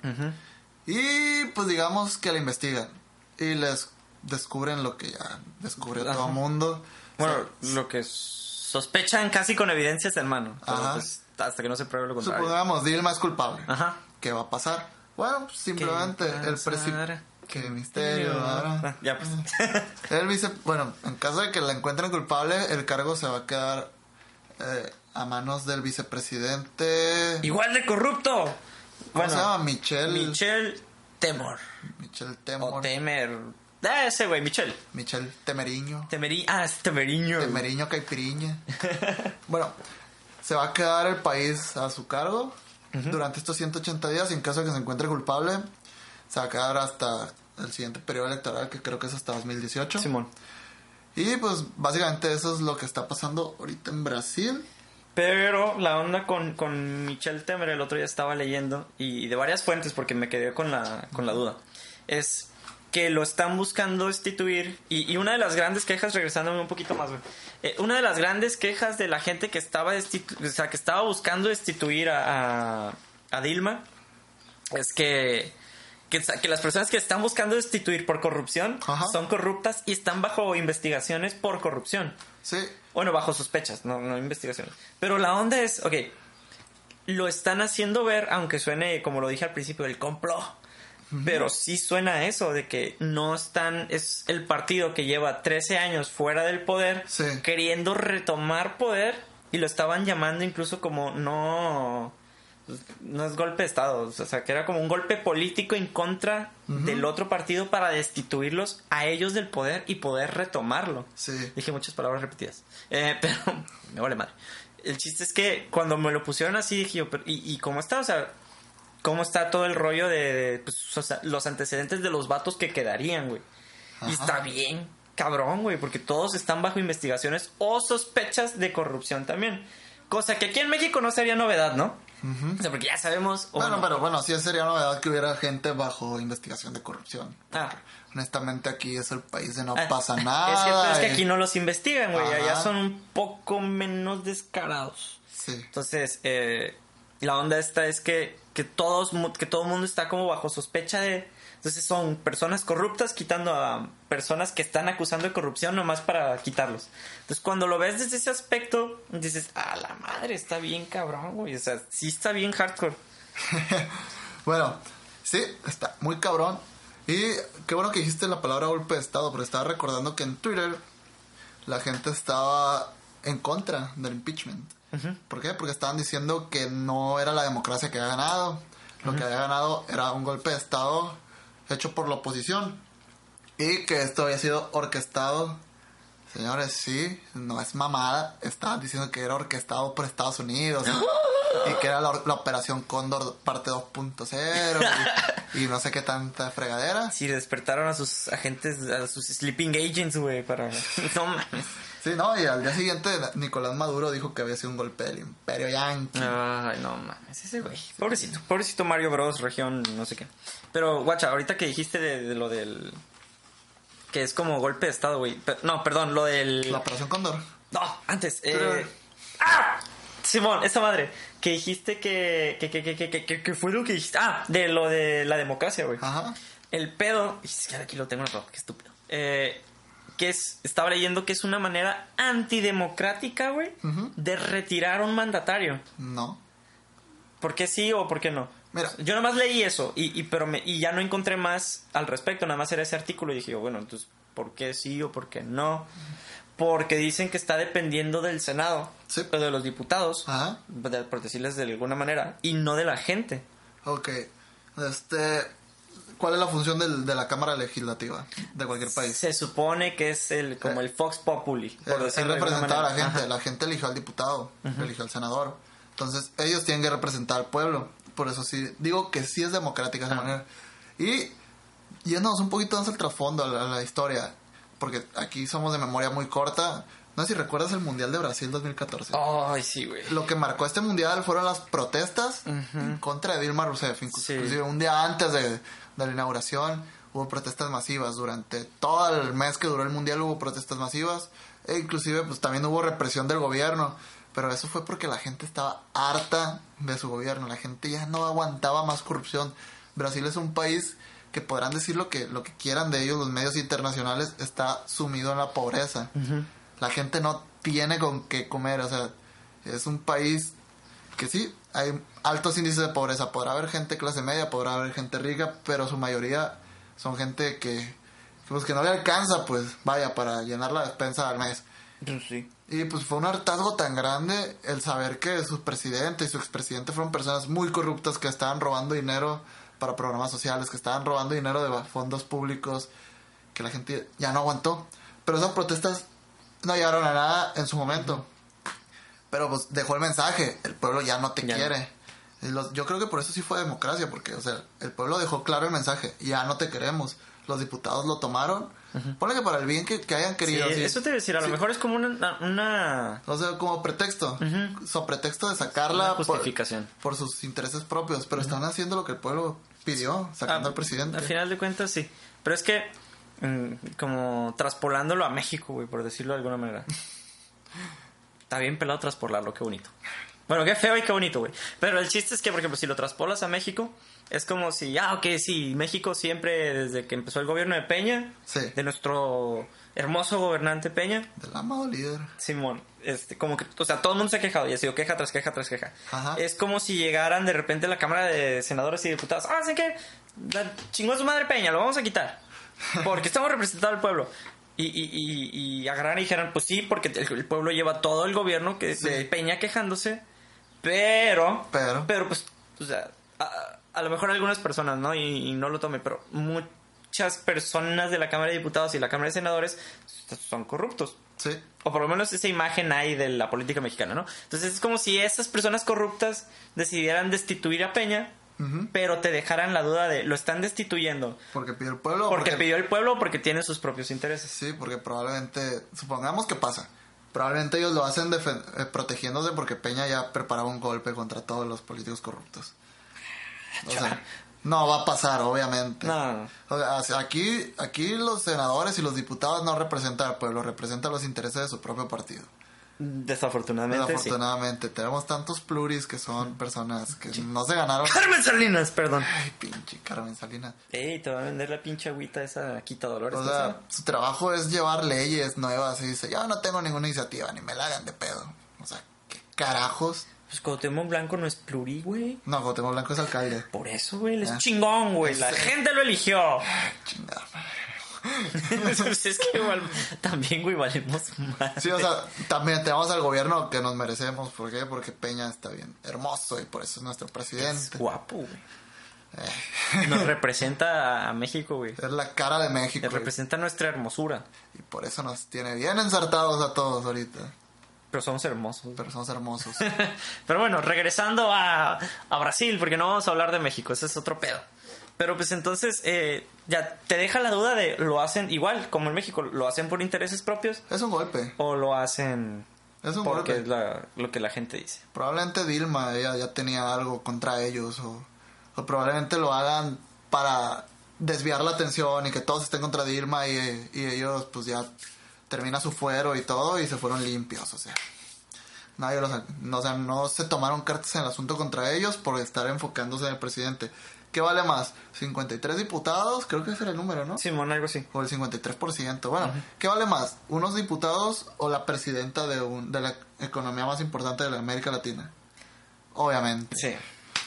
Y pues digamos que la investigan y les descubren lo que ya descubrió todo el mundo. Bueno, lo que sospechan casi con evidencias en mano. Pues, hasta que no se pruebe lo contrario. Supongamos, Dilma es culpable. ¿Qué va a pasar? Bueno, pues, simplemente el presidente... ¡Qué misterio! Ahora. Ya pues. Bueno, en caso de que la encuentren culpable, el cargo se va a quedar a manos del vicepresidente. ¡Igual de corrupto! ¿Cómo se llama? Michel Temor. O Temer. Ese güey, Michel Temeriño. Es Temeriño. Temeriño Caipiriña. Bueno, se va a quedar el país a su cargo durante estos 180 días. En caso de que se encuentre culpable, se va a quedar hasta el siguiente periodo electoral, que creo que es hasta 2018. Simón. Y pues básicamente eso es lo que está pasando ahorita en Brasil. Pero la onda con Michel Temer, el otro día estaba leyendo, y de varias fuentes, porque me quedé con la duda, es que lo están buscando destituir. Y una de las grandes quejas, regresándome un poquito más, güey, una de las grandes quejas de la gente que estaba que estaba buscando destituir a Dilma, es que las personas que están buscando destituir por corrupción son corruptas y están bajo investigaciones por corrupción. Sí. Bueno, bajo sospechas, no investigaciones. Pero la onda es, lo están haciendo ver, aunque suene, como lo dije al principio, el complot. Pero sí suena a eso, de que no están... Es el partido que lleva 13 años fuera del poder, queriendo retomar poder, y lo estaban llamando incluso como no es golpe de estado, o sea, que era como un golpe político en contra del otro partido para destituirlos a ellos del poder y poder retomarlo. Dije muchas palabras repetidas, pero me vale madre. El chiste es que cuando me lo pusieron así dije yo, ¿y cómo está? O sea, ¿cómo está todo el rollo de pues, o sea, los antecedentes de los vatos que quedarían, güey? Y está bien cabrón, güey, porque todos están bajo investigaciones o sospechas de corrupción también. Cosa que aquí en México no sería novedad, ¿no? O sea, porque ya sabemos... Pero bueno, sí sería novedad que hubiera gente bajo investigación de corrupción. Honestamente, aquí es el país de no pasa nada. Es que aquí no los investigan, güey. Allá son un poco menos descarados. Sí. Entonces, la onda esta es que que todo el mundo está como bajo sospecha de... Entonces son personas corruptas quitando a personas que están acusando de corrupción nomás para quitarlos. Entonces cuando lo ves desde ese aspecto, dices, a la madre, está bien cabrón, güey. O sea, sí está bien hardcore. Bueno, sí, está muy cabrón. Y qué bueno que dijiste la palabra golpe de estado, porque estaba recordando que en Twitter la gente estaba en contra del impeachment. Uh-huh. ¿Por qué? Porque estaban diciendo que no era la democracia que había ganado. Lo uh-huh. que había ganado era un golpe de estado hecho por la oposición. Y que esto había sido orquestado. Señores, sí, no es mamada. Estaban diciendo que era orquestado por Estados Unidos. Y que era la Operación Cóndor parte 2.0 y no sé qué tanta fregadera. Sí, despertaron a sus agentes, a sus sleeping agents, güey, para... No mames. Sí, no, y al día siguiente Nicolás Maduro dijo que había sido un golpe del Imperio Yankee. Ay, no mames, ese güey. Pobrecito Mario Bros, región, no sé qué. Pero, guacha, ahorita que dijiste de lo del... que es como golpe de estado, güey. No, perdón, lo del... La Operación Cóndor. No, antes. ¡Ah! Simón, esa madre, que dijiste que fue lo que dijiste. Ah, de lo de la democracia, güey. Ajá. El pedo, es que aquí lo tengo en el qué estúpido. Estaba leyendo que es una manera antidemocrática, güey, uh-huh. de retirar a un mandatario. No. ¿Por qué sí o por qué no? Mira. Yo nomás leí eso, pero ya no encontré más al respecto, nada más era ese artículo y dije, bueno, entonces, ¿por qué sí o por qué no? Porque dicen que está dependiendo del Senado, sí. o de los diputados, ajá. Por decirles de alguna manera, y no de la gente. Ok. ¿Cuál es la función de la Cámara Legislativa de cualquier país? Se supone que es como el Vox Populi, por decirlo de alguna representar manera. a la gente. Ajá. La gente eligió al diputado, uh-huh. eligió al senador. Entonces, ellos tienen que representar al pueblo. Por eso sí, digo que sí es democrática esa manera. Y yéndonos un poquito más al trasfondo, a la historia, porque aquí somos de memoria muy corta. No sé si recuerdas el Mundial de Brasil 2014. Ay, sí, güey. Lo que marcó este Mundial fueron las protestas uh-huh. en contra de Dilma Rousseff. Inclusive sí. Un día antes de la inauguración hubo protestas masivas. Durante todo el mes que duró el Mundial hubo protestas masivas. E inclusive pues también hubo represión del gobierno. Pero eso fue porque la gente estaba harta de su gobierno. La gente ya no aguantaba más corrupción. Brasil es un país que podrán decir lo que quieran de ellos, los medios internacionales, está sumido en la pobreza. Uh-huh. La gente no tiene con qué comer, o sea, es un país que sí, hay altos índices de pobreza. Podrá haber gente clase media, podrá haber gente rica, pero su mayoría son gente que no le alcanza, pues, vaya, para llenar la despensa al mes. Sí. Y pues fue un hartazgo tan grande el saber que su presidente y su expresidente fueron personas muy corruptas que estaban robando dinero para programas sociales, que estaban robando dinero de fondos públicos, que la gente ya no aguantó. Pero esas protestas no llegaron a nada en su momento. Uh-huh. Pero pues dejó el mensaje, el pueblo ya no te quiere. Yo creo que por eso sí fue democracia, porque o sea, el pueblo dejó claro el mensaje, ya no te queremos. Los diputados lo tomaron. Uh-huh. Ponle que para el bien que hayan querido. Sí, eso te iba a decir, a lo mejor es como una... O sea, como pretexto. Uh-huh. So pretexto de sacarla justificación. Por sus intereses propios. Pero uh-huh. están haciendo lo que el pueblo pidió, sacando al presidente. Al final de cuentas, sí. Pero es que, como traspolándolo a México, güey, por decirlo de alguna manera. Está bien pelado traspolarlo, qué bonito. Bueno, qué feo y qué bonito, güey. Pero el chiste es que, por ejemplo, si lo traspolas a México, es como si, sí, México siempre, desde que empezó el gobierno de Peña, sí. de nuestro hermoso gobernante Peña. Del amado líder. Simón, como que, o sea, todo el mundo se ha quejado y ha sido queja tras queja tras queja. Ajá. Es como si llegaran de repente a la Cámara de Senadores y Diputados, ¿sé qué? Chingó a su madre Peña, lo vamos a quitar. Porque estamos representando al pueblo. Y agarraran y dijeran, pues sí, porque el pueblo lleva todo el gobierno de Peña quejándose. Pero pues, o sea, a lo mejor algunas personas, ¿no? Y no lo tome, pero muchas personas de la Cámara de Diputados y la Cámara de Senadores son corruptos. Sí. O por lo menos esa imagen hay de la política mexicana, ¿no? Entonces es como si esas personas corruptas decidieran destituir a Peña, uh-huh. pero te dejaran la duda de, ¿lo están destituyendo? ¿Porque pidió el pueblo? Porque pidió el pueblo o porque tiene sus propios intereses. Sí, porque probablemente, supongamos que pasa. Probablemente ellos lo hacen protegiéndose porque Peña ya preparaba un golpe contra todos los políticos corruptos. O sea, no va a pasar, obviamente. No. O sea, aquí los senadores y los diputados no representan al pueblo, representan los intereses de su propio partido. Desafortunadamente, tenemos tantos pluris que son personas que no se ganaron. Carmen Salinas, perdón. Ay, pinche Carmen Salinas. Ey, te va a vender la pinche agüita esa quita dolores. O sea, su trabajo es llevar leyes nuevas y dice, yo no tengo ninguna iniciativa, ni me la hagan de pedo. O sea, ¿qué carajos? Pues Cuauhtémoc Blanco no es pluri, güey. No, Cuauhtémoc Blanco es alcalde. Por eso, güey, él es chingón, güey. La gente lo eligió. Chingada madre. Pues es que igual, también, güey, valemos más. Sí, o sea, también tenemos al gobierno que nos merecemos. ¿Por qué? Porque Peña está bien hermoso y por eso es nuestro presidente. Es guapo, güey. Nos representa a México, güey. Es la cara de México. Representa nuestra hermosura. Y por eso nos tiene bien ensartados a todos ahorita. Pero somos hermosos. Pero somos hermosos. Pero bueno, regresando a Brasil, porque no vamos a hablar de México, ese es otro pedo. Pero pues entonces, ya te deja la duda de, ¿lo hacen igual como en México? ¿Lo hacen por intereses propios? Es un golpe. ¿O lo hacen es un porque golpe. es lo que la gente dice? Probablemente Dilma ella ya tenía algo contra ellos. O probablemente lo hagan para desviar la atención y que todos estén contra Dilma y ellos pues ya termina su fuero y todo y se fueron limpios. O sea, nadie no se tomaron cartas en el asunto contra ellos por estar enfocándose en el presidente. ¿Qué vale más? 53 diputados, creo que ese era el número, ¿no? Simón, algo así. O el 53%. Bueno, ¿qué vale más? ¿Unos diputados o la presidenta de la economía más importante de la América Latina? Obviamente. Sí.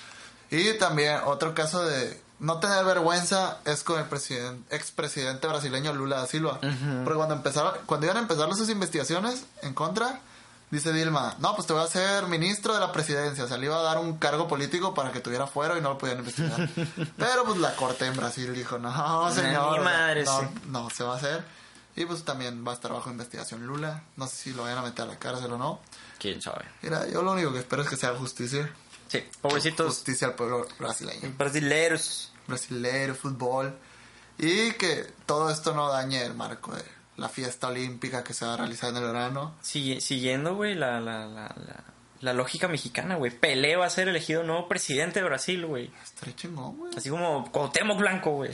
Y también otro caso de no tener vergüenza es con el expresidente brasileño Lula da Silva. Porque cuando iban a empezar sus investigaciones en contra, dice Dilma, no, pues te voy a hacer ministro de la presidencia. O sea, le iba a dar un cargo político para que tuviera fuero y no lo podían investigar. Pero pues la corte en Brasil dijo, no, señor, mi madre, no se va a hacer. Y pues también va a estar bajo investigación Lula. No sé si lo vayan a meter a la cárcel o no. ¿Quién sabe? Mira, yo lo único que espero es que sea justicia. Sí, pobrecitos. Justicia al pueblo brasileño. Brasileros. Brasileiro, fútbol. Y que todo esto no dañe el marco de la fiesta olímpica que se va a realizar en el verano. Siguiendo, güey, la lógica mexicana, güey. Pelé va a ser elegido nuevo presidente de Brasil, güey. Estaría chingón, güey. Así como Cuauhtémoc Blanco, güey.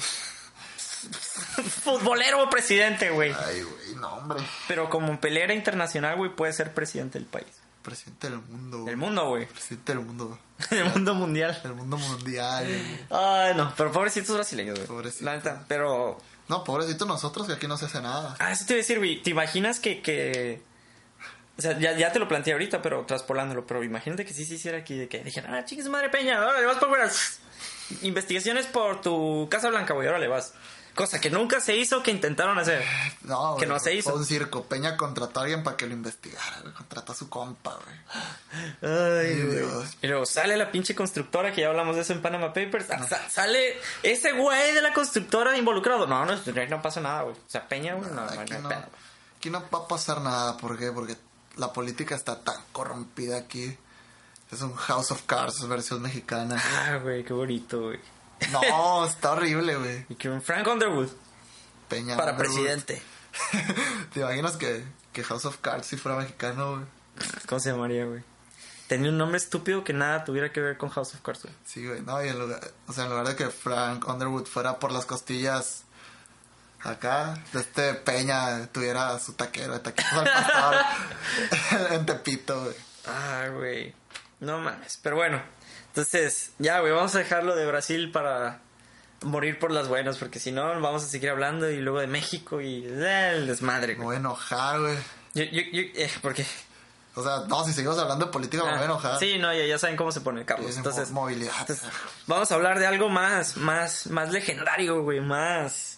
Futbolero presidente, güey. Ay, güey, no, hombre. Pero como Pelé era internacional, güey, puede ser presidente del país. Presidente del mundo, güey. Del mundo, güey. Presidente del mundo. Del mundo mundial. Del mundo mundial, güey. Ay, no, pero pobrecitos brasileños, güey. Pobrecitos. La neta, pero... No, pobrecito nosotros, que aquí no se hace nada. Ah, eso te iba a decir, güey. ¿Te imaginas que... O sea, ya te lo planteé ahorita, pero traspolándolo. Pero imagínate que sí se hiciera aquí de que dijeran, chingue su madre Peña, órale, vas por fuera. Investigaciones por tu Casa Blanca, güey, órale, vas. Cosa que nunca se hizo, que intentaron hacer. No, que güey, no se hizo. Fue un circo. Peña contrató a alguien para que lo investigara, güey. Contrató a su compa, güey. Ay, Dios. Y luego sale la pinche constructora, que ya hablamos de eso en Panama Papers. No. Sale ese güey de la constructora involucrado. No pasa nada, güey. O sea, Peña, güey, aquí no va a pasar nada. ¿Por qué? Porque la política está tan corrompida aquí. Es un House of Cards versión mexicana. Ah, güey, qué bonito, güey. No, está horrible, güey. Y que un Frank Underwood. Peña para Underwood. Presidente. ¿Te imaginas que House of Cards si fuera mexicano, güey? ¿Cómo se llamaría, güey? Tenía un nombre estúpido que nada tuviera que ver con House of Cards, güey. Sí, güey. No, y en lugar de que Frank Underwood fuera por las costillas acá, Peña tuviera su taquero de taquitos al pastor en Tepito, güey. Ah, güey. No mames. Pero bueno. Entonces, ya, güey, vamos a dejarlo de Brasil para morir por las buenas, porque si no, vamos a seguir hablando y luego de México y el desmadre, güey. Me voy a enojar, güey. ¿Por qué? O sea, no, si seguimos hablando de política me voy a enojar. Sí, no, ya saben cómo se pone, Carlos. Entonces, movilidad. Vamos a hablar de algo más legendario, güey, más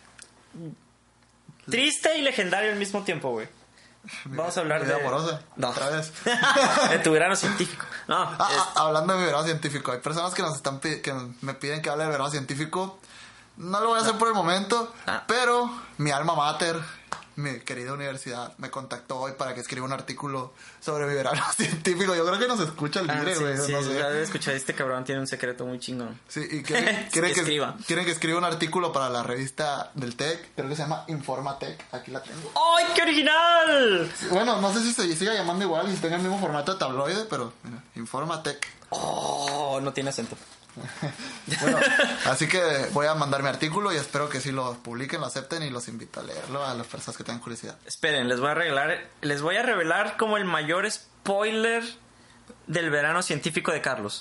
triste y legendario al mismo tiempo, güey. Vamos a hablar de... amorosa. No. Otra vez. De tu verano científico. No. Hablando de mi verano científico. Hay personas que me piden que hable de verano científico. No lo voy a hacer por el momento. Pero mi alma mater, mi querida universidad, me contactó hoy para que escriba un artículo sobre mi verano científico. Yo creo que nos escucha libre, güey. Sí, no sé. Ya escuché, este cabrón tiene un secreto muy chingón. Sí, y quieren que escriba un artículo para la revista del TEC. Creo que se llama Informatec. Aquí la tengo. ¡Ay, qué original! Bueno, no sé si se siga llamando igual y si tenga el mismo formato de tabloide, pero mira, Informatec. Oh, no tiene acento. Bueno, así que voy a mandar mi artículo y espero que sí lo publiquen, lo acepten y los invito a leerlo a las personas que tengan curiosidad. Esperen, les voy a revelar como el mayor spoiler del verano científico de Carlos.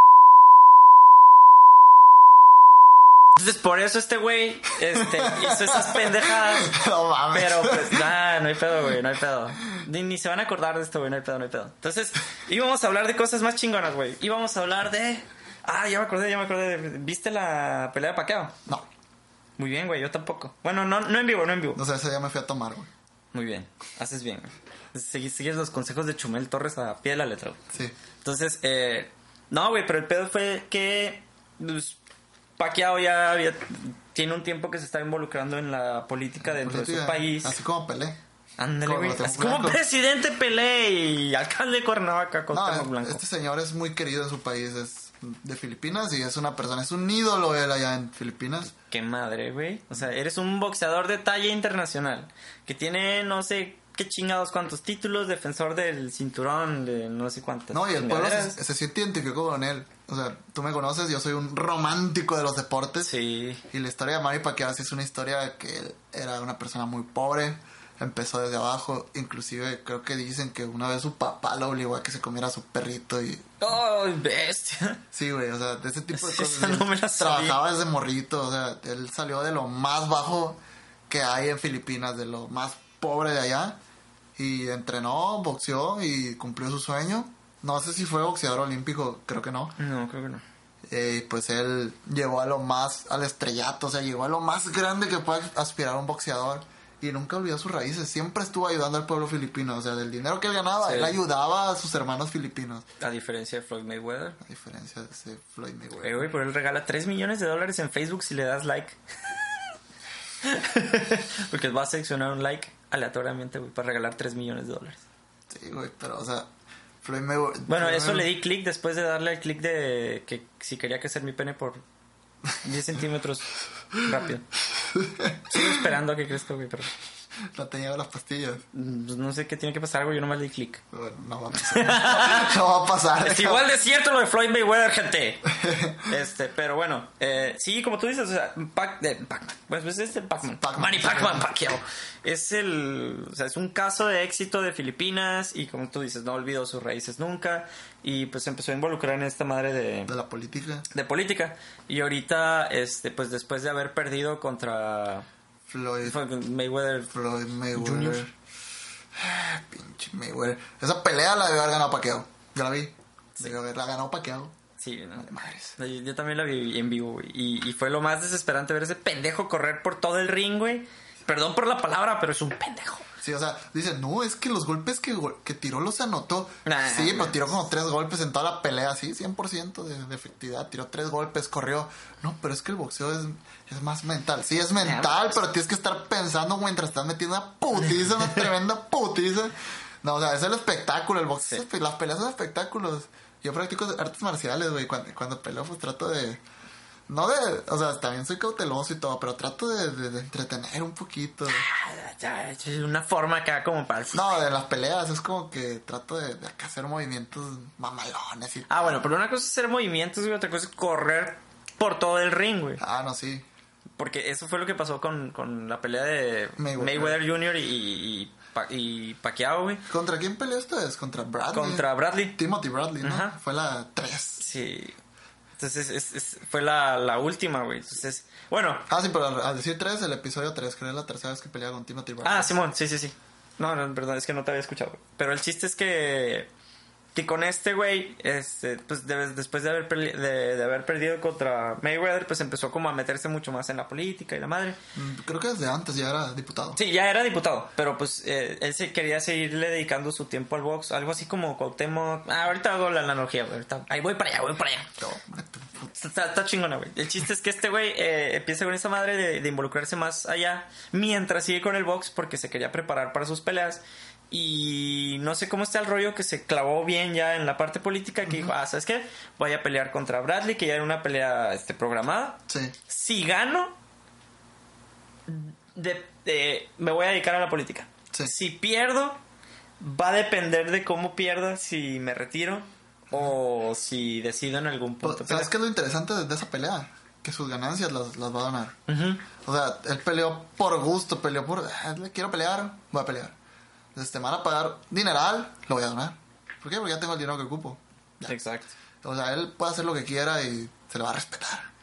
Entonces, por eso este güey hizo esas pendejadas. No mames. Pero pues, no hay pedo, güey, no hay pedo. Ni se van a acordar de esto, güey, no hay pedo, no hay pedo. Entonces, íbamos a hablar de cosas más chingonas, güey. Íbamos a hablar de... ya me acordé. ¿Viste la pelea de Pacquiao? No. Muy bien, güey, yo tampoco. Bueno, no en vivo. No sé, ese día me fui a tomar, güey. Muy bien, haces bien, güey. Sigues los consejos de Chumel Torres a pie de la letra, güey. Sí. Entonces, no, güey, pero el pedo fue que... Pues, Pacquiao tiene un tiempo que se está involucrando en la política dentro de su país. Así como Pelé. Ándale, güey. Así como presidente Pelé y alcalde de Cuernavaca, Cuauhtémoc Blanco. Este señor es muy querido en su país, es de Filipinas y es una persona, es un ídolo él allá en Filipinas. Qué madre, güey. O sea, eres un boxeador de talla internacional que tiene no sé qué chingados cuántos títulos, defensor del cinturón de no sé cuántas. No, y el pueblo se siente identificado con él. O sea, tú me conoces, yo soy un romántico de los deportes. Sí. Y la historia de Manny Pacquiao sí es una historia que él era una persona muy pobre. Empezó desde abajo. Inclusive creo que dicen que una vez su papá lo obligó a que se comiera a su perrito y... ¡Oh, bestia! Sí, güey, o sea, de ese tipo de cosas. No me la trabajaba desde morrito, o sea, él salió de lo más bajo que hay en Filipinas, de lo más pobre de allá. Y entrenó, boxeó y cumplió su sueño. No sé si fue boxeador olímpico, creo que no. No, creo que no. Pues él llegó a lo más, al estrellato, o sea, llegó a lo más grande que puede aspirar un boxeador. Y nunca olvidó sus raíces, siempre estuvo ayudando al pueblo filipino. O sea, del dinero que él ganaba, sí, él ayudaba a sus hermanos filipinos. A diferencia de Floyd Mayweather. A diferencia de ese Floyd Mayweather. Güey, pero él regala $3 millones en Facebook si le das like. Porque va a seleccionar un like aleatoriamente, güey, para regalar $3 millones. Sí, güey, pero, o sea, Floyd Mayweather... Bueno, eso le di clic después de darle el clic de que si quería crecer mi pene por 10 centímetros rápido. Sigo esperando a que crezca, güey, pero... No te llevo las pastillas. Pues no sé qué tiene que pasar, güey, yo nomás le di clic. Bueno, no va a pasar. No va a pasar. Es igual de cierto lo de Floyd Mayweather, gente. Pero bueno, sí, como tú dices, o sea, Pac-Man. Pues es el Pac-Man. Manny Pac-Man Pacquiao. Es es un caso de éxito de Filipinas y como tú dices, no olvidó sus raíces nunca y pues se empezó a involucrar en esta madre de la política. De política. Y ahorita, pues después de haber perdido contra... Floyd Mayweather Jr. Pinche Mayweather. Esa pelea la debió haber ganado Pacquiao. Yo la vi. Sí. Debió haberla ganado Pacquiao. Sí, no, de madres. Yo también la vi en vivo, güey. Y fue lo más desesperante ver ese pendejo correr por todo el ring, güey. Perdón por la palabra, pero es un pendejo. Sí, o sea, dicen, no, es que los golpes que tiró los anotó. Sí, pero tiró como 3 golpes en toda la pelea, sí, 100% de efectividad. Tiró 3 golpes, corrió. No, pero es que el boxeo es más mental. Sí, es mental, pero tienes que estar pensando mientras estás metiendo una putiza, una tremenda putiza. No, o sea, es el espectáculo, el boxeo. Sí. Las peleas son espectáculos. Yo practico artes marciales, güey. Cuando peleo, pues trato de... No de... O sea, también soy cauteloso y todo, pero trato de entretener un poquito. Una forma acá como para... No, de las peleas es como que trato de hacer movimientos mamalones y... bueno, pero una cosa es hacer movimientos y otra cosa es correr por todo el ring, güey. No, sí. Porque eso fue lo que pasó con la pelea de Mayweather Jr. y Pacquiao, güey. ¿Contra quién peleó ustedes? ¿Contra Bradley? Contra Bradley. Timothy Bradley, ¿no? Ajá. Fue la 3. Sí. Entonces fue la última, güey. Entonces, bueno. Sí, pero al decir 3, el episodio 3, que era la tercera vez que peleaba con Timothy Bradley. Simón, sí. No, perdón, es que no te había escuchado, güey. Pero el chiste es que con este güey, pues después de haber perdido contra Mayweather, pues empezó como a meterse mucho más en la política y la madre. Creo que desde antes ya era diputado. Sí, ya era diputado, pero pues él se quería seguirle dedicando su tiempo al box, algo así como Cuauhtémoc. Ahorita hago la analogía, güey. Ahí voy para allá. Está chingona, güey. El chiste es que este güey empieza con esa madre de involucrarse más allá mientras sigue con el box porque se quería preparar para sus peleas. Y no sé cómo está el rollo que se clavó bien ya en la parte política, que dijo, ¿sabes qué? Voy a pelear contra Bradley, que ya era una pelea programada. Sí. Si gano, me voy a dedicar a la política. Sí. Si pierdo, va a depender de cómo pierda, si me retiro o si decido en algún punto. ¿Sabes qué es lo interesante de esa pelea? Que sus ganancias las va a donar. O sea, él peleó por gusto, peleó por... quiero pelear, voy a pelear. Me van a pagar dineral, lo voy a donar. ¿Por qué? Porque ya tengo el dinero que ocupo. Ya. Exacto. O sea, él puede hacer lo que quiera y se le va a respetar.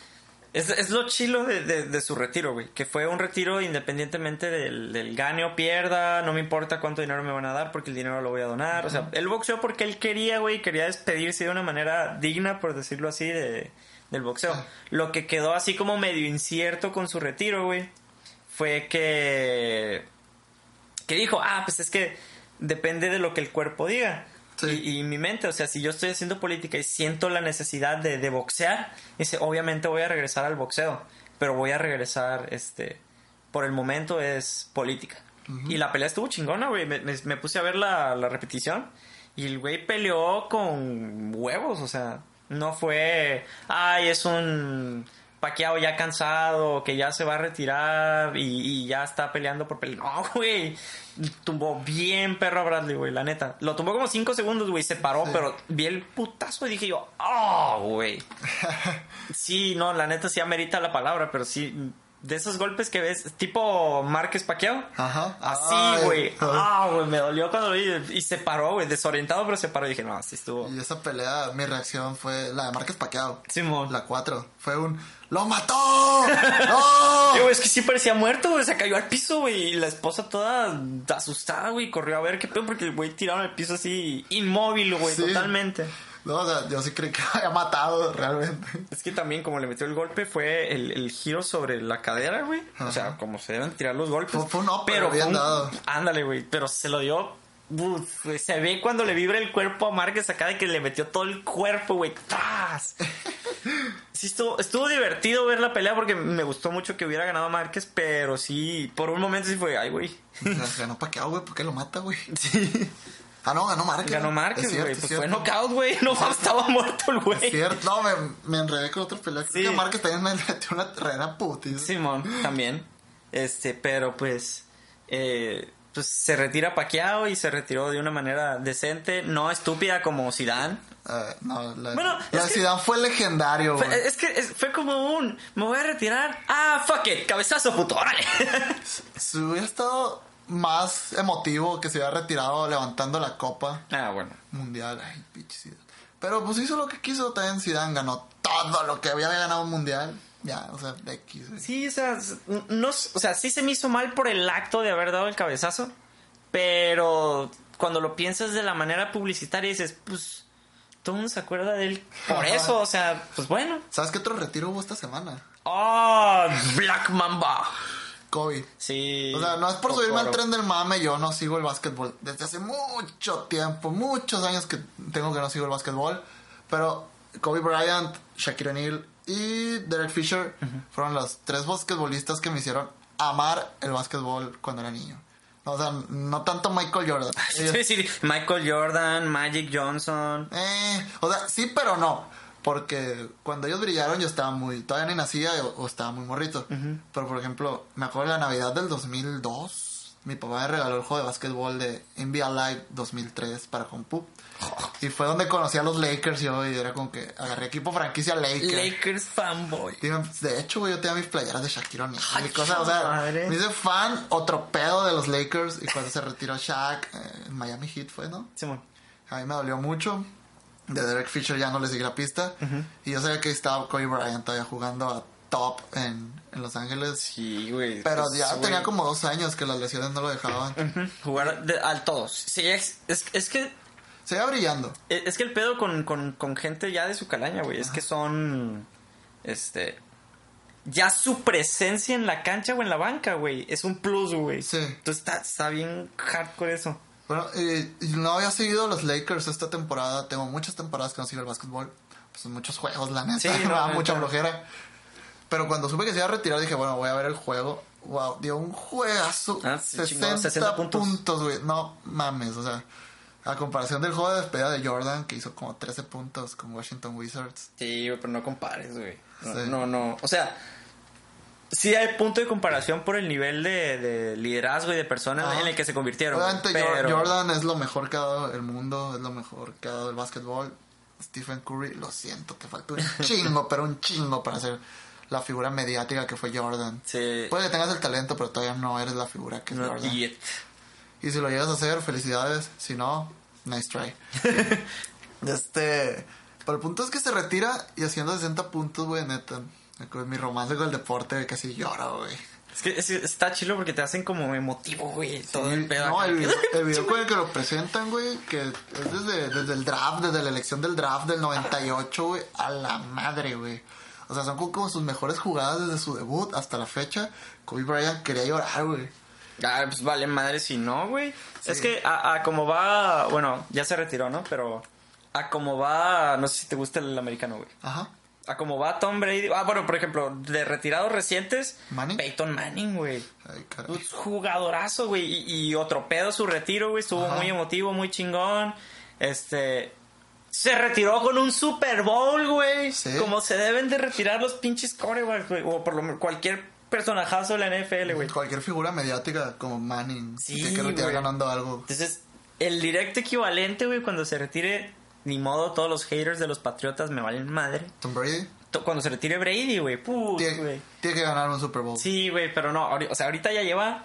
Es lo chilo de su retiro, güey. Que fue un retiro independientemente del gane o pierda. No me importa cuánto dinero me van a dar porque el dinero lo voy a donar. O sea, él boxeó porque él quería, güey. Quería despedirse de una manera digna, por decirlo así, del boxeo. Lo que quedó así como medio incierto con su retiro, güey, fue que dijo, pues es que depende de lo que el cuerpo diga. Sí. Y mi mente, o sea, si yo estoy haciendo política y siento la necesidad de boxear, dice, obviamente voy a regresar al boxeo, pero voy a regresar, por el momento es política. Y la pelea estuvo chingona, güey. Me puse a ver la repetición y el güey peleó con huevos, o sea, no fue, es un Pacquiao ya cansado, que ya se va a retirar y ya está peleando por pelear. No, güey. Tumbó bien perro a Bradley, güey, la neta. Lo tumbó como 5 segundos, güey, se paró, sí. Pero vi el putazo y dije yo, güey. Sí, no, la neta sí amerita la palabra, pero sí, de esos golpes que ves, tipo Márquez Pacquiao. Ajá. Así, güey. Güey, me dolió cuando lo vi. Y se paró, güey, desorientado, pero se paró y dije, no, así estuvo. Y esa pelea, mi reacción fue la de Márquez Pacquiao. Simón. La 4. Fue un... ¡Lo mató! ¡No! Güey, es que sí parecía muerto, güey. Se cayó al piso, güey. Y la esposa toda asustada, güey. Corrió a ver qué pedo porque el güey tirado en el piso así inmóvil, güey, sí. Totalmente. No, o sea, yo sí creí que lo había matado realmente. Es que también como le metió el golpe fue el giro sobre la cadera, güey. O sea, como se deben tirar los golpes. Fue un pero bien dado. Ándale, güey. Pero se lo dio... se ve cuando le vibra el cuerpo a Márquez acá de que le metió todo el cuerpo, güey. ¡Tras! Sí, estuvo divertido ver la pelea porque me gustó mucho que hubiera ganado Márquez, pero sí, por un momento sí fue, güey. Ganó Pacquiao, güey, ¿por qué lo mata, güey? Sí. No, ganó Márquez. Ganó Márquez, güey. Pues fue knockout, güey. No, estaba muerto el güey. Es cierto. No, me enredé con otra pelea. Creo que Márquez también me metió una reina putis. Simón, también. Pero pues... pues se retira Pacquiao y se retiró de una manera decente, no estúpida como Zidane. La de Zidane fue legendario. Es que fue como me voy a retirar. Fuck it, cabezazo puto, órale. Si hubiera estado más emotivo que se hubiera retirado levantando la copa. Bueno. Mundial, ay, pinche Zidane. Pero pues hizo lo que quiso también. Zidane ganó todo lo que había ganado un mundial. Ya, o sea, de X. Sí, o sea, no, o sea, sí se me hizo mal por el acto de haber dado el cabezazo, pero cuando lo piensas de la manera publicitaria dices, pues, todo el mundo se acuerda de él por eso, o sea, pues bueno. ¿Sabes qué otro retiro hubo esta semana? Black Mamba. Kobe. Sí. O sea, no es por subirme al tren del mame, yo no sigo el básquetbol desde hace mucho tiempo, muchos años que tengo que no sigo el básquetbol, pero Kobe Bryant, Shaquille O'Neal y Derek Fisher fueron los 3 basquetbolistas que me hicieron amar el básquetbol cuando era niño. O sea, no tanto Michael Jordan. Sí, Michael Jordan, Magic Johnson. O sea, sí, pero no. Porque cuando ellos brillaron yo estaba todavía ni nacía o estaba muy morrito. Pero, por ejemplo, me acuerdo de la Navidad del 2002. Mi papá me regaló el juego de básquetbol de NBA Live 2003 para compu. Y fue donde conocí a los Lakers y era como que agarré equipo franquicia Lakers fanboy. De hecho, güey, yo tenía mis playeras de Shaquille O'Neal y cosas, o sea, me hice fan otro pedo de los Lakers. Y cuando se retiró Shaq, en Miami Heat fue, ¿no? Simón. A mí me dolió mucho. De Derek Fisher ya no le seguí la pista. Y yo sabía que estaba Kobe Bryant todavía jugando a top en Los Ángeles. Sí, güey. Pero pues, ya tenía como 2 años que las lesiones no lo dejaban. Jugar al todos. Sí, es que... Seguía brillando. Es que el pedo con gente ya de su calaña, güey, es que son... Ya su presencia en la cancha o en la banca, güey, es un plus, güey. Sí. Entonces está bien hardcore eso. Bueno, no había seguido los Lakers esta temporada. Tengo muchas temporadas que no sigo el básquetbol. Pues muchos juegos, la neta. Sí, me da mucha flojera. Pero cuando supe que se iba a retirar, dije, bueno, voy a ver el juego. Wow, dio un juegazo. 60 puntos, güey. No mames, o sea... A comparación del juego de despedida de Jordan, que hizo como 13 puntos con Washington Wizards. Sí, güey, pero no compares, güey. No. O sea, sí hay punto de comparación por el nivel de liderazgo y de personas en el que se convirtieron. Obviamente Jordan es lo mejor que ha dado el mundo, es lo mejor que ha dado el básquetbol. Stephen Curry, lo siento, te falta un chingo, pero un chingo para ser la figura mediática que fue Jordan. Sí. Puede que tengas el talento, pero todavía no eres la figura que es No, Jordan. yet. Y si lo llegas a hacer, felicidades. Si no, nice try. Pero el punto es que se retira y haciendo 60 puntos, güey, neta. Mi romance con el deporte, güey, casi lloro, güey. Es que está chido porque te hacen como emotivo, güey. Todo el pedo. No, acá. el video con el que lo presentan, güey, que es desde el draft, desde la elección del draft del 98, güey, a la madre, güey. O sea, son como sus mejores jugadas desde su debut hasta la fecha. Kobe Bryant quería llorar, güey. Ah, pues vale madre si no, güey. Sí. Es que a como va... Bueno, ya se retiró, ¿no? Pero a como va... No sé si te gusta el americano, güey. Ajá. A como va Tom Brady... Ah, bueno, por ejemplo, de retirados recientes... ¿Manning? Peyton Manning, güey. Ay, caray. Un jugadorazo, güey. Y otro pedo su retiro, güey. Estuvo Ajá. muy emotivo, muy chingón. Se retiró con un Super Bowl, güey. Sí. Como se deben de retirar los pinches quarterbacks, güey. O por lo menos cualquier personajazo de la NFL, güey. Cualquier figura mediática como Manning Sí, tiene que retirar güey. ganando algo. Entonces, el directo equivalente, güey, cuando se retire... Ni modo, todos los haters de los Patriotas me valen madre. Tom Brady Cuando se retire Brady, güey. Put, tiene, güey. tiene que ganar un Super Bowl. Sí, güey, pero no. O sea, ahorita ya lleva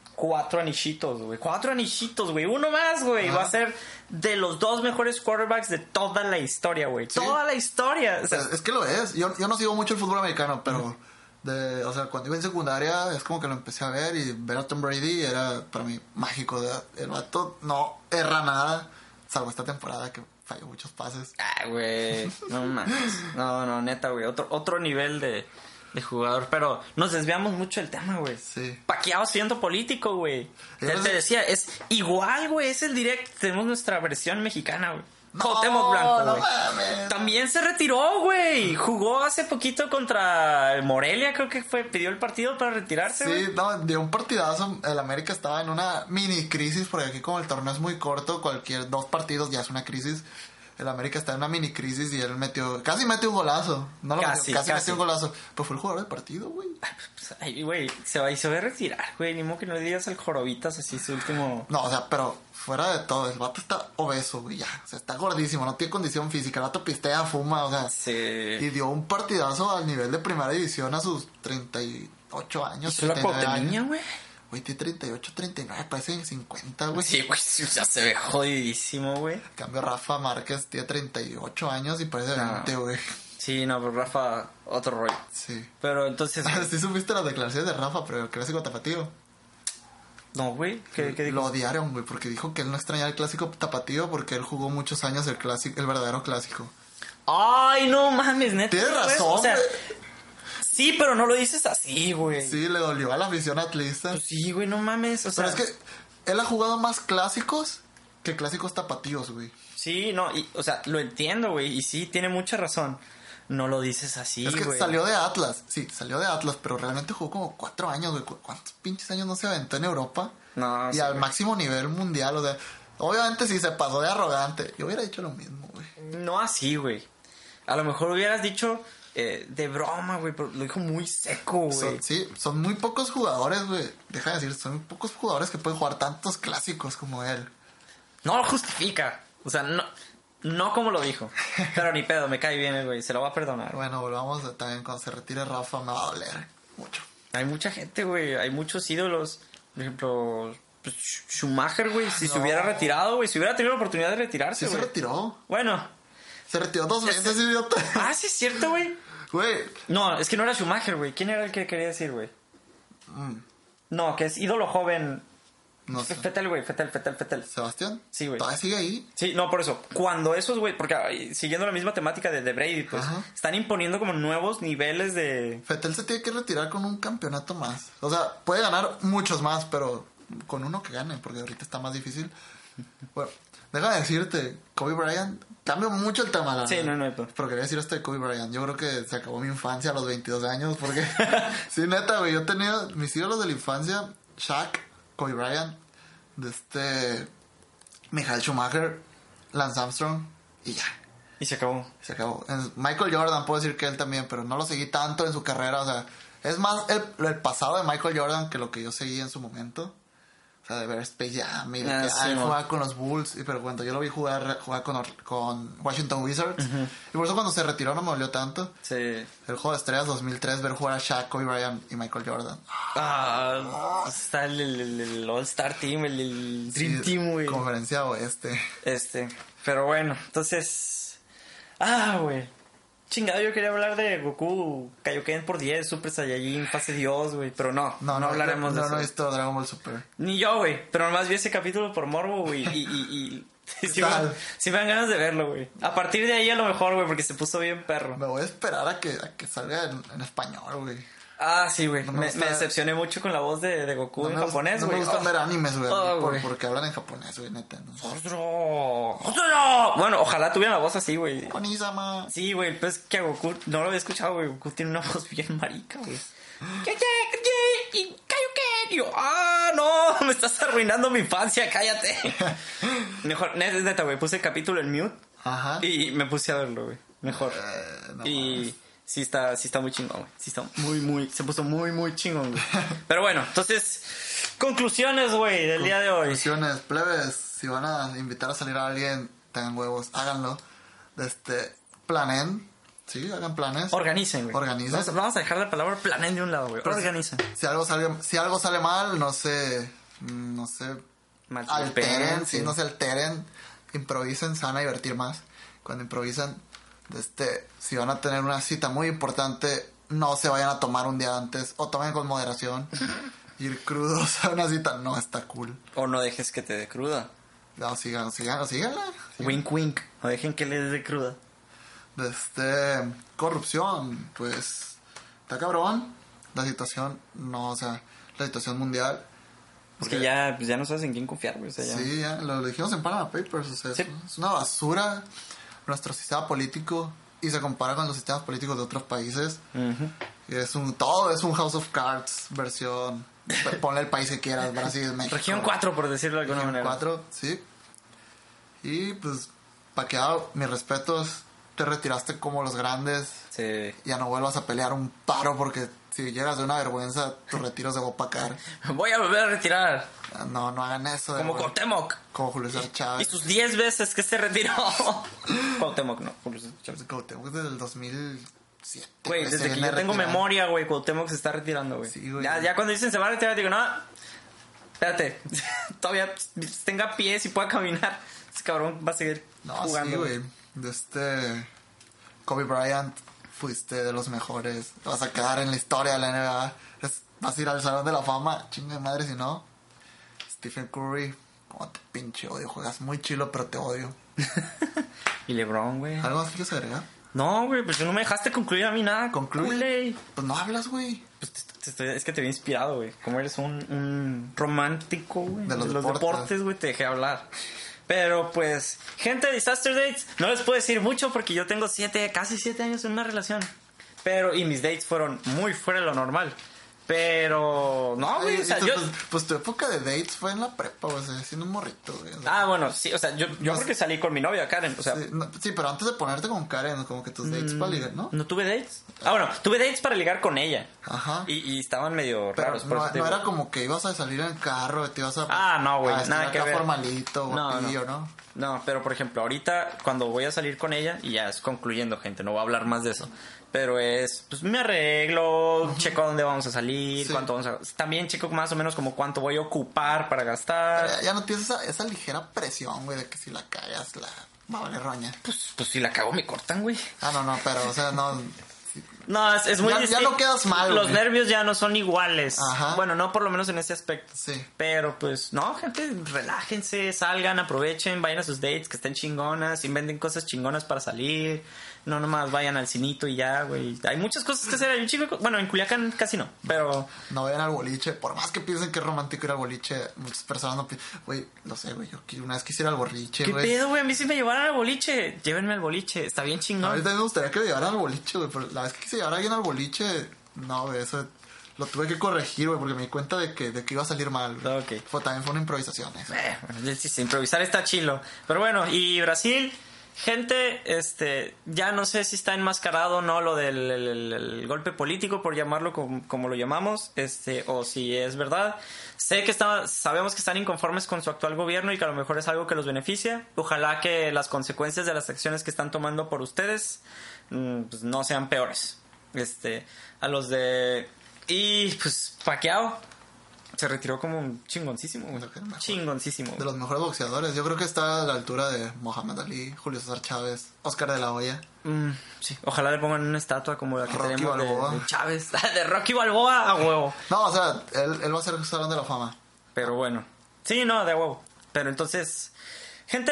4 anillitos, güey. 4 anillitos, güey. Uno más, güey. Ajá. Va a ser de los 2 mejores quarterbacks de toda la historia, güey. Sí. Toda la historia. O sea, Es que lo es. Yo no sigo mucho el fútbol americano, pero o sea, cuando iba en secundaria es como que lo empecé a ver y ver a Tom Brady era para mí mágico. El vato no erra nada, salvo esta temporada que falló muchos pases. güey. No mames. No, neta, güey. Otro nivel de jugador. Pero nos desviamos mucho del tema, güey. Sí. Pacquiao siendo político, güey. Te decía, es igual, güey. Es el direct. Tenemos nuestra versión mexicana, güey. Cuauhtémoc Blanco, no güey. mames. También se retiró, güey. Jugó hace poquito contra el Morelia, creo que fue. Pidió el partido para retirarse, güey. Sí, no, dio un partidazo. El América estaba en una mini crisis, porque aquí como el torneo es muy corto, cualquier 2 partidos ya es una crisis. El América está en una mini crisis y él casi metió un golazo. No lo Casi. metió un golazo. Pero fue el jugador del partido, güey. Pues, ay, güey, se va a retirar, güey. Ni modo que no le digas al Jorobitas así su último... No, o sea, pero fuera de todo, el vato está obeso, güey, ya. O sea, está gordísimo, no tiene condición física. El vato pistea, fuma, o sea. Sí. Y dio un partidazo al nivel de primera división a sus 38 años. ¿Hizo la 39 Cuauhtemiña, años. güey? Güey, tiene 38, 39, parece 50, güey. Sí, güey, ya se ve jodidísimo, güey. En cambio, Rafa Márquez tiene 38 años y parece 20, güey. Sí, no, pero Rafa, otro rollo. Sí. Pero entonces... Sí supiste las declaraciones de Rafa, pero el clásico tapatío. No, güey, ¿qué dijo? Lo odiaron, güey, porque dijo que él no extrañaba el clásico tapatío porque él jugó muchos años el verdadero clásico. Ay, no mames, neta. Tienes güey. razón, O sea, güey. sí, pero no lo dices así, güey. Sí, le dolió a la afición atlista. Pues sí, güey, no mames, o sea... Pero es que él ha jugado más clásicos que clásicos tapatíos, güey. Sí, no, o sea, lo entiendo, güey, y sí, tiene mucha razón. No lo dices así, Es que güey. salió de Atlas, sí, salió de Atlas, pero realmente jugó como 4 años, güey. ¿Cuántos pinches años no se aventó en Europa? No, Y sí, al güey. máximo nivel mundial, o sea, obviamente sí se pasó de arrogante. Yo hubiera dicho lo mismo, güey. No así, güey. A lo mejor hubieras dicho de broma, güey, pero lo dijo muy seco, güey. Son muy pocos jugadores, güey. Deja de decir, son muy pocos jugadores que pueden jugar tantos clásicos como él. No lo justifica. O sea, no como lo dijo. Pero ni pedo, me cae bien el güey. Se lo va a perdonar. Bueno, volvamos también cuando se retire Rafa, me va a doler mucho. Hay mucha gente, güey. Hay muchos ídolos. Por ejemplo, pues, Schumacher, güey. Si se hubiera retirado, güey. Si hubiera tenido la oportunidad de retirarse, Sí se güey. retiró. Bueno. Se retiró 2 veces, idiota. Ah, sí es cierto, güey. Güey. No, es que no era Schumacher, güey. ¿Quién era el que quería decir, güey? No, que es ídolo joven. No sé. Fettel, güey. Fettel. ¿Sebastián? Sí, güey. ¿Todavía sigue ahí? Sí, no, por eso. Cuando esos, güey, porque siguiendo la misma temática de Brady, pues, Ajá. están imponiendo como nuevos niveles de... Fettel se tiene que retirar con un campeonato más. O sea, puede ganar muchos más, pero con uno que gane, porque ahorita está más difícil. Bueno, déjame decirte, Kobe Bryant, cambio mucho el tema, Sí, no, pero quería decir esto de Kobe Bryant. Yo creo que se acabó mi infancia a los 22 años, porque... sí, neta, güey, yo tenía mis ídolos de la infancia, Shaq, Kobe Bryant, Michael Schumacher, Lance Armstrong, y ya. Y se acabó. Se acabó. Michael Jordan, puedo decir que él también, pero no lo seguí tanto en su carrera. O sea, es más el pasado de Michael Jordan que lo que yo seguí en su momento. O sea, de ver Space Jam y de Ah, que sí, no. jugaba con los Bulls. Pero cuando yo lo vi jugar con Washington Wizards. Y por eso cuando se retiró no me dolió tanto. Sí. El juego de estrellas 2003, ver jugar a Shaq, Kobe Bryant y Michael Jordan. Está el All-Star Team, el Dream Sí, Team, güey. Conferencia Oeste. Pero bueno, entonces... güey. Chingado, yo quería hablar de Goku Kaioken por 10, Super Saiyajin, fase Dios, güey. Pero no hablaremos de eso. No he visto Dragon Ball Super. Ni yo, güey. Pero nomás vi ese capítulo por morbo, güey. Y sí me dan ganas de verlo, güey. A partir de ahí a lo mejor, güey, porque se puso bien perro. Me voy a esperar a que salga en español, güey. Sí, güey. No me me gusta- decepcioné mucho con la voz de Goku en japonés, No güey. me gusta ver animes, güey. güey. Porque hablan en japonés, güey, neta. ¿No? Bueno, ojalá tuviera la voz así, güey. Onisama. Sí, güey, pues que a Goku no lo había escuchado, güey. Goku tiene una voz bien marica, güey. Y yo, no, me estás arruinando mi infancia, cállate. Mejor, neta, güey, puse el capítulo en mute Ajá. y me puse a verlo, güey. Mejor. No Y mames. sí está muy chingón, güey. Sí está se puso muy chingón, güey. Pero bueno, entonces, conclusiones, güey, del día de hoy. Conclusiones, plebes, si van a invitar a salir a alguien, tengan huevos, háganlo. Planen, sí, hagan planes. Organicen, güey. Organicen. Vamos a dejar la palabra planen de un lado, güey. Organicen. Si algo sale mal, no se alteren, sí. no se alteren, improvisen, se van a divertir más. Cuando improvisan, si van a tener una cita muy importante, no se vayan a tomar un día antes, o tomen con moderación. Ir crudos a una cita no está cool. O no dejes que te dé cruda. No, síganla. Wink, wink. No dejen que les dé cruda. Corrupción, pues está cabrón. La situación, la situación mundial. Es que ya no sabes en quién confiar, güey. O sea, ya. Sí, ya, lo dijimos en Panama Papers, o sea, Sí. es una basura nuestro sistema político y se compara con los sistemas políticos de otros países. Ujú. Y todo es un House of Cards versión, ponle el país que quieras, Brasil, México. Región 4, por decirlo de alguna Región manera. 4, sí. Y pues, mis respetos, te retiraste como los grandes. Sí. Ya no vuelvas a pelear un paro porque si llegas de una vergüenza, tu retiro se va a opacar. Voy a volver a retirar. No hagan eso. Como güey. Cuauhtémoc. Como Julio César Y Chávez. sus 10 veces que se retiró. Cuauhtémoc, no. Julio César Chávez. Cuauhtémoc desde el 2007. Güey, se desde que viene yo tengo retirando. memoria, güey, Cuauhtémoc se está retirando, güey. Sí, güey. Ya cuando dicen se va a retirar, digo, no, espérate. Todavía tenga pies y pueda caminar. Ese cabrón va a seguir No, jugando. sí, güey. Kobe Bryant, fuiste de los mejores. Te vas a quedar en la historia de la NBA. Vas a ir al Salón de la Fama. Chinga de madre si no. Stephen Curry, como te pinche odio. Juegas muy chilo, pero te odio. Y LeBron, güey. ¿Algo más quieres agregar? No, güey, pues no me dejaste concluir a mí nada. Concluye. Pues no hablas, güey. Pues es que te vi inspirado, güey. Como eres un romántico, güey. De los deportes, güey, te dejé hablar. Pero pues, gente de Disaster Dates, no les puedo decir mucho porque yo tengo casi 7 años en una relación. Y mis dates fueron muy fuera de lo normal. Pero, no, güey, o sea, Pues tu época de dates fue en la prepa, o sea, siendo un morrito, güey. O sea, bueno, sí, o sea, yo porque salí con mi novia, Karen, o sea... sí, pero antes de ponerte con Karen, como que tus dates para ligar, ¿no? ¿No tuve dates? Bueno, tuve dates para ligar con ella. Ajá. Y estaban medio Pero raros. por eso te no digo. era como que ibas a salir en carro, te ibas a... No, güey, vestir nada que acá ver. formalito, guapillo, No. ¿no? No, pero por ejemplo, ahorita cuando voy a salir con ella, y ya es concluyendo, gente, no voy a hablar más de eso. Pero pues me arreglo, checo a dónde vamos a salir, Sí. cuánto vamos a... También checo más o menos como cuánto voy a ocupar para gastar. Ya no tienes esa ligera presión, güey, de que si la cagas, va a valer roña. Pues si la cago me cortan, güey. No, pero, o sea, no... No, es muy Ya distinto. no quedas mal, Los güey. nervios ya no son iguales. Ajá. Bueno, no por lo menos en ese aspecto. Sí. Pero pues, no, gente, relájense, salgan, aprovechen, vayan a sus dates que estén chingonas, inventen cosas chingonas para salir. No nomás vayan al cinito y ya, güey. Hay muchas cosas que hacer. Hay un chico, bueno, en Culiacán casi no, pero... No vayan al boliche. Por más que piensen que es romántico ir al boliche, muchas personas no güey, lo sé, güey. Yo una vez quisiera ir al boliche, ¿Qué güey. pedo, güey? A mí sí me llevaran al boliche. Llévenme al boliche. Está bien A chingón. mí también me gustaría que me llevaran al boliche, güey. Pero la vez que quise llevar a alguien al boliche, no, güey, eso lo tuve que corregir, güey, porque me di cuenta de que iba a salir mal, güey. Ok. También fue una improvisación, eso. Sí, improvisar está chilo. Pero bueno, y Brasil, Gente, ya no sé si está enmascarado o no lo del el golpe político, por llamarlo como lo llamamos, o si es verdad. Sé que sabemos que están inconformes con su actual gobierno y que a lo mejor es algo que los beneficia. Ojalá que las consecuencias de las acciones que están tomando por ustedes pues no sean peores. A los de... Y pues Pacquiao se retiró como un chingoncísimo, güey. Chingoncísimo. De los mejores boxeadores. Yo creo que está a la altura de Muhammad Ali, Julio César Chávez, Oscar de la Hoya. Sí, ojalá le pongan una estatua como la que Rocky tenemos Balboa. de Chávez. De Rocky Balboa, a huevo. No, o sea, él va a ser Salón de la Fama. Pero bueno. Sí, no, de huevo. Pero entonces, gente,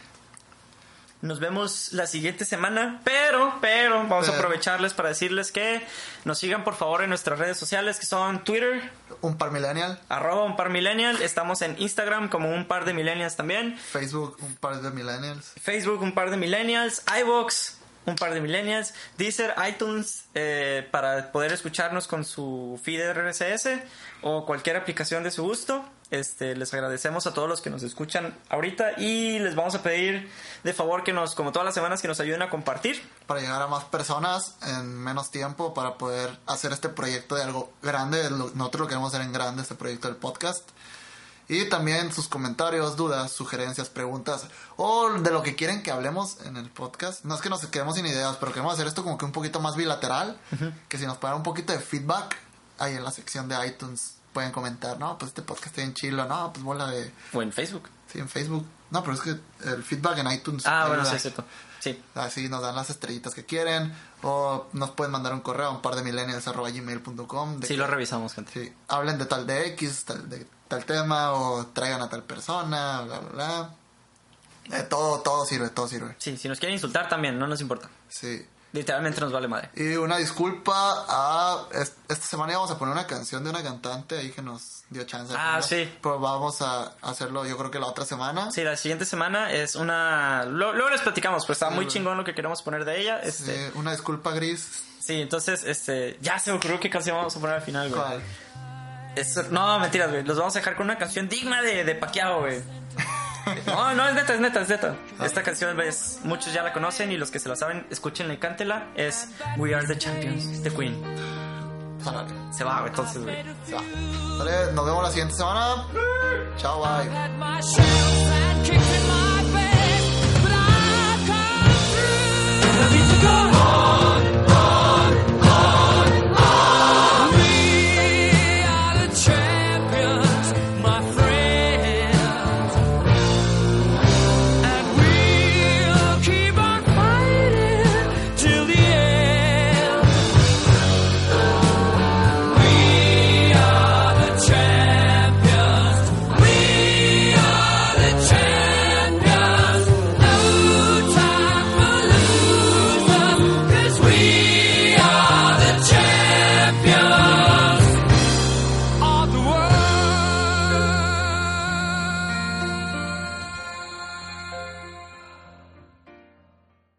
nos vemos la siguiente semana. Pero vamos a aprovecharles para decirles que nos sigan por favor en nuestras redes sociales, que son Twitter, Un Par Millennial. @unparmillennial. Estamos en Instagram como Un Par de Millennials también. Facebook, Un Par de Millennials. Facebook, Un Par de Millennials. iVoox, Un Par de Millennials. Deezer, iTunes, para poder escucharnos con su feed RSS o cualquier aplicación de su gusto. Les agradecemos a todos los que nos escuchan ahorita y les vamos a pedir de favor que como todas las semanas, que nos ayuden a compartir. Para llegar a más personas en menos tiempo, para poder hacer este proyecto de algo grande. Nosotros lo queremos hacer en grande, este proyecto del podcast. Y también sus comentarios, dudas, sugerencias, preguntas o de lo que quieren que hablemos en el podcast. No es que nos quedemos sin ideas, pero queremos hacer esto como que un poquito más bilateral. Que si nos pueden dar un poquito de feedback ahí en la sección de iTunes pueden comentar, no, pues este podcast está en chilo, no, pues bola de... O en Facebook. Sí, en Facebook. No, pero es que el feedback en iTunes... Bueno, sí, es cierto. Sí. Así nos dan las estrellitas que quieren. O nos pueden mandar un correo a unpardemillennials@gmail.com. Sí, lo revisamos, gente. Sí, hablen de tal de X, de tal tema, o traigan a tal persona, bla, bla, bla. Todo sirve, todo sirve. Sí, si nos quieren insultar también, no nos importa. Sí. Literalmente nos vale madre. Y una disculpa esta semana íbamos a poner una canción de una cantante ahí que nos dio chance. Sí. Pero vamos a hacerlo yo creo que la otra semana. Sí, la siguiente semana es una... Luego les platicamos, pues está muy chingón lo que queremos poner de ella. Sí, una disculpa gris. Sí, entonces, ya se me ocurrió qué canción vamos a poner al final, güey. ¿Cuál? No, mentiras, güey. Los vamos a dejar con una canción digna de Pacquiao, güey. No, es neta. Esta canción, ves, muchos ya la conocen y los que se la saben, escúchenla y cántela. Es We Are the Champions, The Queen. Sálale. Se va, güey, entonces, güey. Se va. Vale, nos vemos la siguiente semana. Chao, bye. Go!